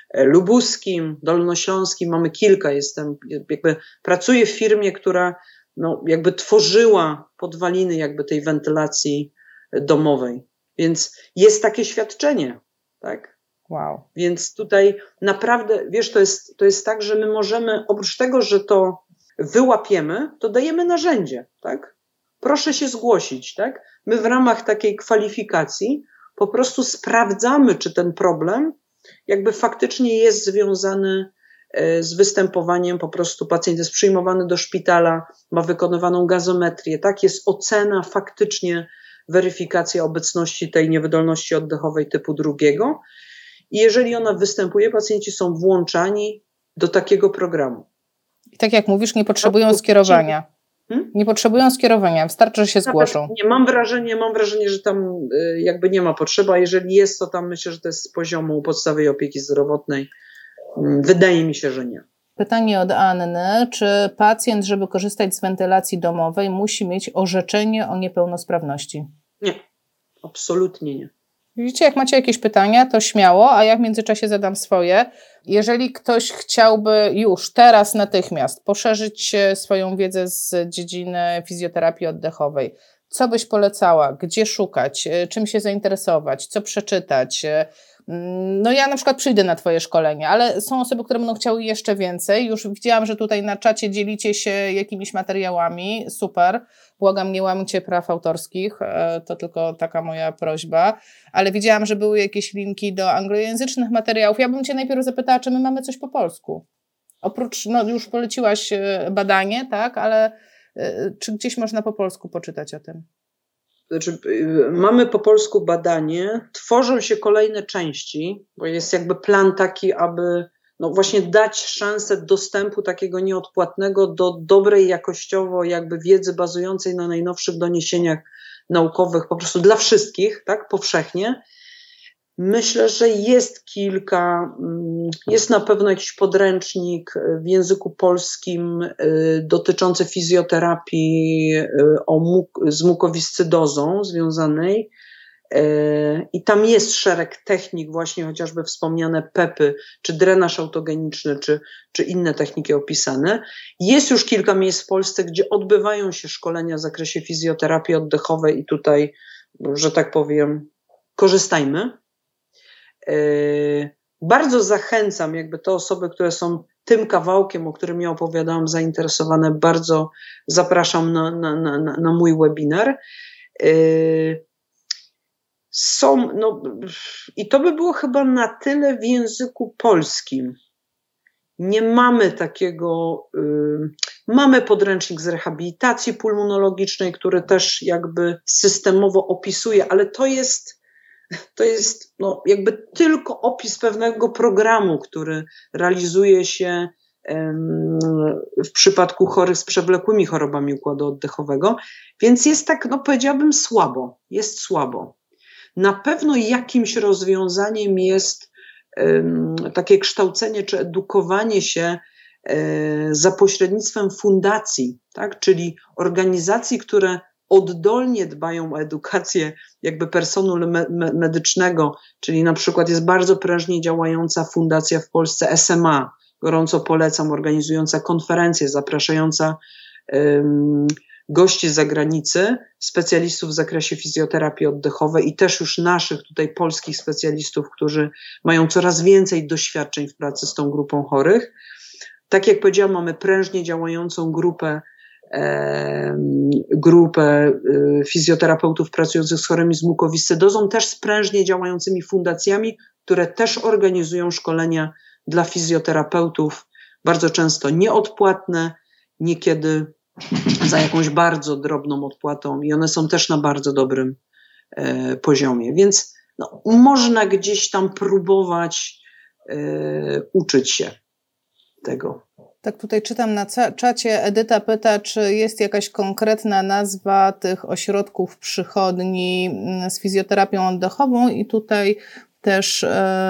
lubuskim, dolnośląskim, mamy kilka, jestem, jakby pracuję w firmie, która no, jakby tworzyła podwaliny jakby tej wentylacji domowej, więc jest takie świadczenie, tak? Wow. Więc tutaj naprawdę, wiesz, to jest, to jest tak, że my możemy, oprócz tego, że to wyłapiemy, to dajemy narzędzie, tak? Proszę się zgłosić, tak? My w ramach takiej kwalifikacji po prostu sprawdzamy, czy ten problem jakby faktycznie jest związany z występowaniem, po prostu pacjent jest przyjmowany do szpitala, ma wykonywaną gazometrię, tak? Jest ocena faktycznie, weryfikacja obecności tej niewydolności oddechowej typu drugiego. I jeżeli ona występuje, pacjenci są włączani do takiego programu. I tak jak mówisz, nie potrzebują skierowania. Hmm? Nie potrzebują skierowania, wystarczy, że się zgłoszą. Nie, mam wrażenie, mam wrażenie, że tam jakby nie ma potrzeby, a jeżeli jest, to tam myślę, że to jest z poziomu podstawowej opieki zdrowotnej. Wydaje mi się, że nie. Pytanie od Anny. Czy pacjent, żeby korzystać z wentylacji domowej, musi mieć orzeczenie o niepełnosprawności? Nie, absolutnie nie. Widzicie, jak macie jakieś pytania, to śmiało, a ja w międzyczasie zadam swoje. Jeżeli ktoś chciałby już teraz natychmiast poszerzyć swoją wiedzę z dziedziny fizjoterapii oddechowej, co byś polecała? Gdzie szukać? Czym się zainteresować? Co przeczytać? No ja na przykład przyjdę na twoje szkolenie, ale są osoby, które będą chciały jeszcze więcej. Już widziałam, że tutaj na czacie dzielicie się jakimiś materiałami. Super. Błagam, nie łamcie praw autorskich. To tylko taka moja prośba. Ale widziałam, że były jakieś linki do anglojęzycznych materiałów. Ja bym cię najpierw zapytała, czy my mamy coś po polsku? Oprócz, no już poleciłaś badanie, tak, ale czy gdzieś można po polsku poczytać o tym? Znaczy, mamy po polsku badanie, tworzą się kolejne części, bo jest jakby plan taki, aby no właśnie dać szansę dostępu takiego nieodpłatnego do dobrej jakościowo jakby wiedzy bazującej na najnowszych doniesieniach naukowych, po prostu dla wszystkich, tak, powszechnie. Myślę, że jest kilka, jest na pewno jakiś podręcznik w języku polskim dotyczący fizjoterapii o muk- z mukowiscydozą związanej i tam jest szereg technik, właśnie chociażby wspomniane pepy, czy drenaż autogeniczny, czy, czy inne techniki opisane. Jest już kilka miejsc w Polsce, gdzie odbywają się szkolenia w zakresie fizjoterapii oddechowej i tutaj, że tak powiem, korzystajmy. Bardzo zachęcam jakby te osoby, które są tym kawałkiem, o którym ja opowiadałam, zainteresowane, bardzo zapraszam na, na, na, na mój webinar. są, no i to by było chyba na tyle w języku polskim. Nie mamy takiego, y, mamy podręcznik z rehabilitacji pulmonologicznej, który też jakby systemowo opisuje, ale to jest, to jest no, jakby tylko opis pewnego programu, który realizuje się ym, w przypadku chorych z przewlekłymi chorobami układu oddechowego, więc jest tak, no powiedziałabym słabo, jest słabo. Na pewno jakimś rozwiązaniem jest takie kształcenie czy edukowanie się za pośrednictwem fundacji, tak? Czyli organizacji, które oddolnie dbają o edukację jakby personelu me- medycznego, czyli na przykład jest bardzo prężnie działająca fundacja w Polsce S M A, gorąco polecam, organizująca konferencje, zapraszająca um, gości z zagranicy, specjalistów w zakresie fizjoterapii oddechowej i też już naszych tutaj polskich specjalistów, którzy mają coraz więcej doświadczeń w pracy z tą grupą chorych. Tak jak powiedziałam, mamy prężnie działającą grupę, e, grupę e, fizjoterapeutów pracujących z chorymi z mukowiscydozą, też z prężnie działającymi fundacjami, które też organizują szkolenia dla fizjoterapeutów, bardzo często nieodpłatne, niekiedy za jakąś bardzo drobną odpłatą i one są też na bardzo dobrym e, poziomie. Więc no, można gdzieś tam próbować e, uczyć się tego. Tak tutaj czytam na czacie, Edyta pyta, czy jest jakaś konkretna nazwa tych ośrodków przychodni z fizjoterapią oddechową i tutaj też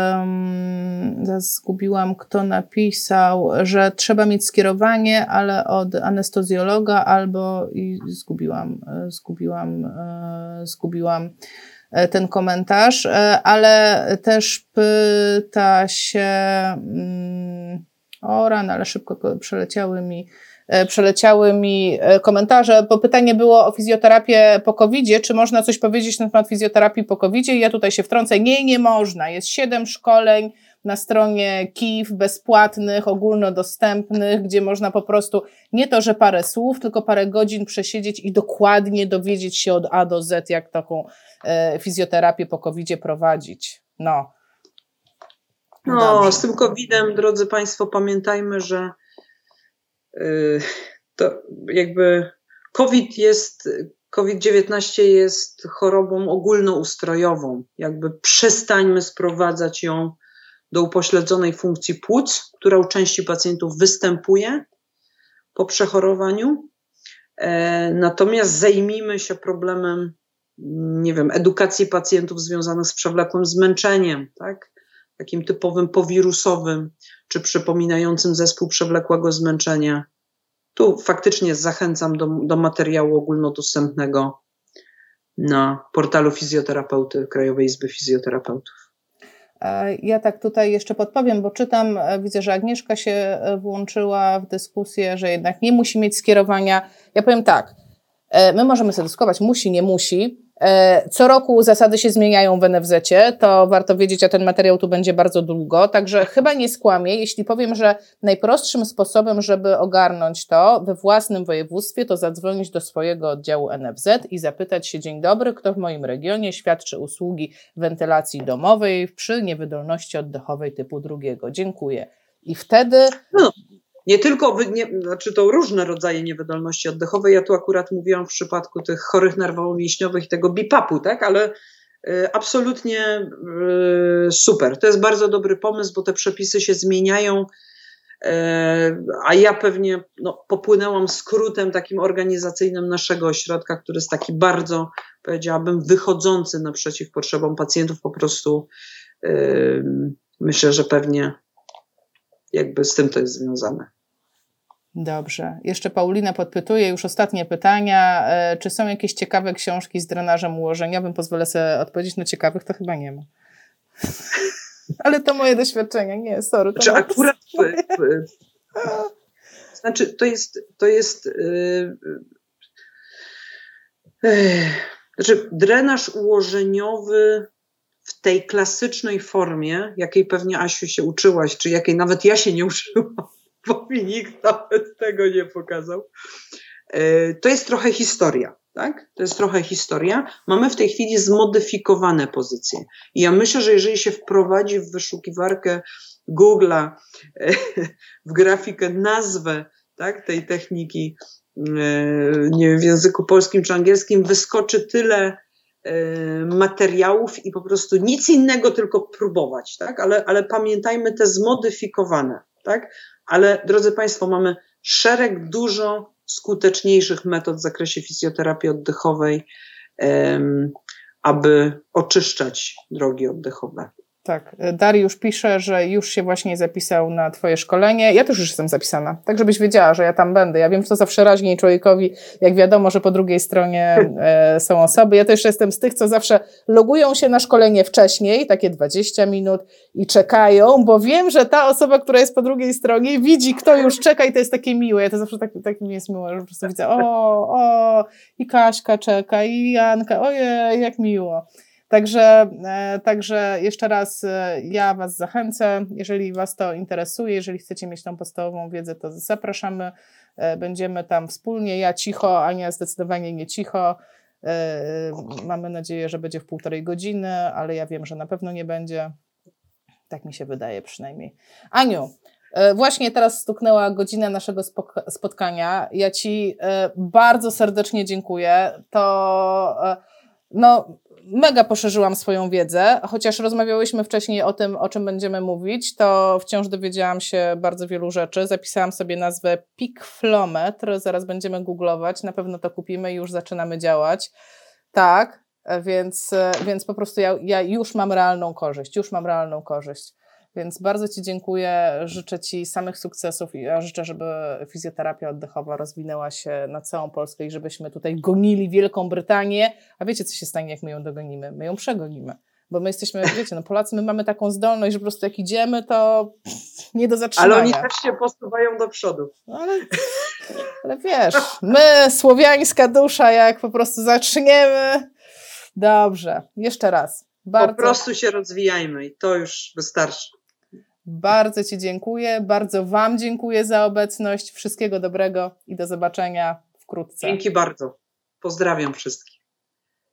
um, zaraz zgubiłam, kto napisał, że trzeba mieć skierowanie, ale od anestezjologa albo i zgubiłam, zgubiłam, zgubiłam ten komentarz, ale też pyta się um, o rany, ale szybko przeleciały mi przeleciały mi komentarze, bo pytanie było o fizjoterapię po kowidzie, czy można coś powiedzieć na temat fizjoterapii po kowidzie? Ja tutaj się wtrącę, nie, nie można. Jest siedem szkoleń na stronie K I F, bezpłatnych, ogólnodostępnych, gdzie można po prostu nie to, że parę słów, tylko parę godzin przesiedzieć i dokładnie dowiedzieć się od A do Z, jak taką e, fizjoterapię po kowidzie prowadzić. No. No, Dobrze. Z tym kowidem, drodzy Państwo, pamiętajmy, że to jakby COVID jest, COVID dziewiętnaście jest chorobą ogólnoustrojową. Jakby przestańmy sprowadzać ją do upośledzonej funkcji płuc, która u części pacjentów występuje po przechorowaniu. Natomiast zajmijmy się problemem, nie wiem, edukacji pacjentów związanych z przewlekłym zmęczeniem, tak? Takim typowym powirusowym, czy przypominającym zespół przewlekłego zmęczenia. Tu faktycznie zachęcam do, do materiału ogólnodostępnego na portalu fizjoterapeuty Krajowej Izby Fizjoterapeutów. Ja tak tutaj jeszcze podpowiem, bo czytam, widzę, że Agnieszka się włączyła w dyskusję, że jednak nie musi mieć skierowania. Ja powiem tak, my możemy sobie dyskutować, musi, nie musi. Co roku zasady się zmieniają w en ef zecie, to warto wiedzieć, a ten materiał tu będzie bardzo długo, także chyba nie skłamię, jeśli powiem, że najprostszym sposobem, żeby ogarnąć to we własnym województwie, to zadzwonić do swojego oddziału en ef zet i zapytać się: dzień dobry, kto w moim regionie świadczy usługi wentylacji domowej przy niewydolności oddechowej typu drugiego. Dziękuję. I wtedy... No. Nie tylko, nie, znaczy to różne rodzaje niewydolności oddechowej, ja tu akurat mówiłam w przypadku tych chorych nerwowo-mięśniowych i tego bipapu, tak, ale y, absolutnie y, super. To jest bardzo dobry pomysł, bo te przepisy się zmieniają, y, a ja pewnie no, popłynęłam skrótem takim organizacyjnym naszego ośrodka, który jest taki bardzo, powiedziałabym, wychodzący naprzeciw potrzebom pacjentów, po prostu y, myślę, że pewnie jakby z tym to jest związane. Dobrze. Jeszcze Paulina podpytuje, już ostatnie pytania. Czy są jakieś ciekawe książki z drenażem ułożeniowym? Pozwolę sobie odpowiedzieć, no ciekawych to chyba nie ma. Ale to moje doświadczenie, nie, sorry. To znaczy akurat, znaczy to jest, to jest yy, yy, znaczy drenaż ułożeniowy w tej klasycznej formie, jakiej pewnie, Asiu, się uczyłaś, czy jakiej nawet ja się nie uczyłam, bo mi nikt nawet tego nie pokazał, To jest trochę historia, tak? To jest trochę historia. Mamy w tej chwili zmodyfikowane pozycje. I ja myślę, że jeżeli się wprowadzi w wyszukiwarkę Google'a, w grafikę nazwę, tak, tej techniki, nie wiem, w języku polskim czy angielskim, wyskoczy tyle materiałów i po prostu nic innego, tylko próbować, tak? Ale, ale pamiętajmy te zmodyfikowane, tak? Ale drodzy Państwo, mamy szereg dużo skuteczniejszych metod w zakresie fizjoterapii oddechowej, um, aby oczyszczać drogi oddechowe. Tak, Dariusz pisze, że już się właśnie zapisał na Twoje szkolenie. Ja też już jestem zapisana, tak żebyś wiedziała, że ja tam będę. Ja wiem, że to zawsze raźniej człowiekowi, jak wiadomo, że po drugiej stronie e, są osoby. Ja też jestem z tych, co zawsze logują się na szkolenie wcześniej, takie dwadzieścia minut i czekają, bo wiem, że ta osoba, która jest po drugiej stronie, widzi, kto już czeka i to jest takie miłe. Ja to zawsze tak, tak mi jest miło, że po prostu widzę, o, o, i Kaśka czeka, i Janka, ojej, jak miło. Także, także jeszcze raz ja Was zachęcę, jeżeli Was to interesuje, jeżeli chcecie mieć tą podstawową wiedzę, to zapraszamy, będziemy tam wspólnie, ja cicho, Ania zdecydowanie nie cicho, mamy nadzieję, że będzie w półtorej godziny, ale ja wiem, że na pewno nie będzie, tak mi się wydaje przynajmniej. Aniu, właśnie teraz stuknęła godzina naszego spotkania, ja Ci bardzo serdecznie dziękuję, to no mega poszerzyłam swoją wiedzę, chociaż rozmawiałyśmy wcześniej o tym, o czym będziemy mówić, to wciąż dowiedziałam się bardzo wielu rzeczy. Zapisałam sobie nazwę Peakflometr, zaraz będziemy googlować, na pewno to kupimy i już zaczynamy działać. Tak, więc, więc po prostu ja, ja już mam realną korzyść, już mam realną korzyść. Więc bardzo Ci dziękuję, życzę Ci samych sukcesów i ja życzę, żeby fizjoterapia oddechowa rozwinęła się na całą Polskę i żebyśmy tutaj gonili Wielką Brytanię. A wiecie, co się stanie, jak my ją dogonimy? My ją przegonimy. Bo my jesteśmy, wiecie, no Polacy, my mamy taką zdolność, że po prostu jak idziemy, to nie do zatrzymania. Ale oni też się posuwają do przodu. Ale, ale wiesz, my, słowiańska dusza, jak po prostu zaczniemy. Dobrze, jeszcze raz. Bardzo, po prostu się rozwijajmy i to już wystarczy. Bardzo Ci dziękuję, bardzo Wam dziękuję za obecność. Wszystkiego dobrego i do zobaczenia wkrótce. Dzięki bardzo. Pozdrawiam wszystkich.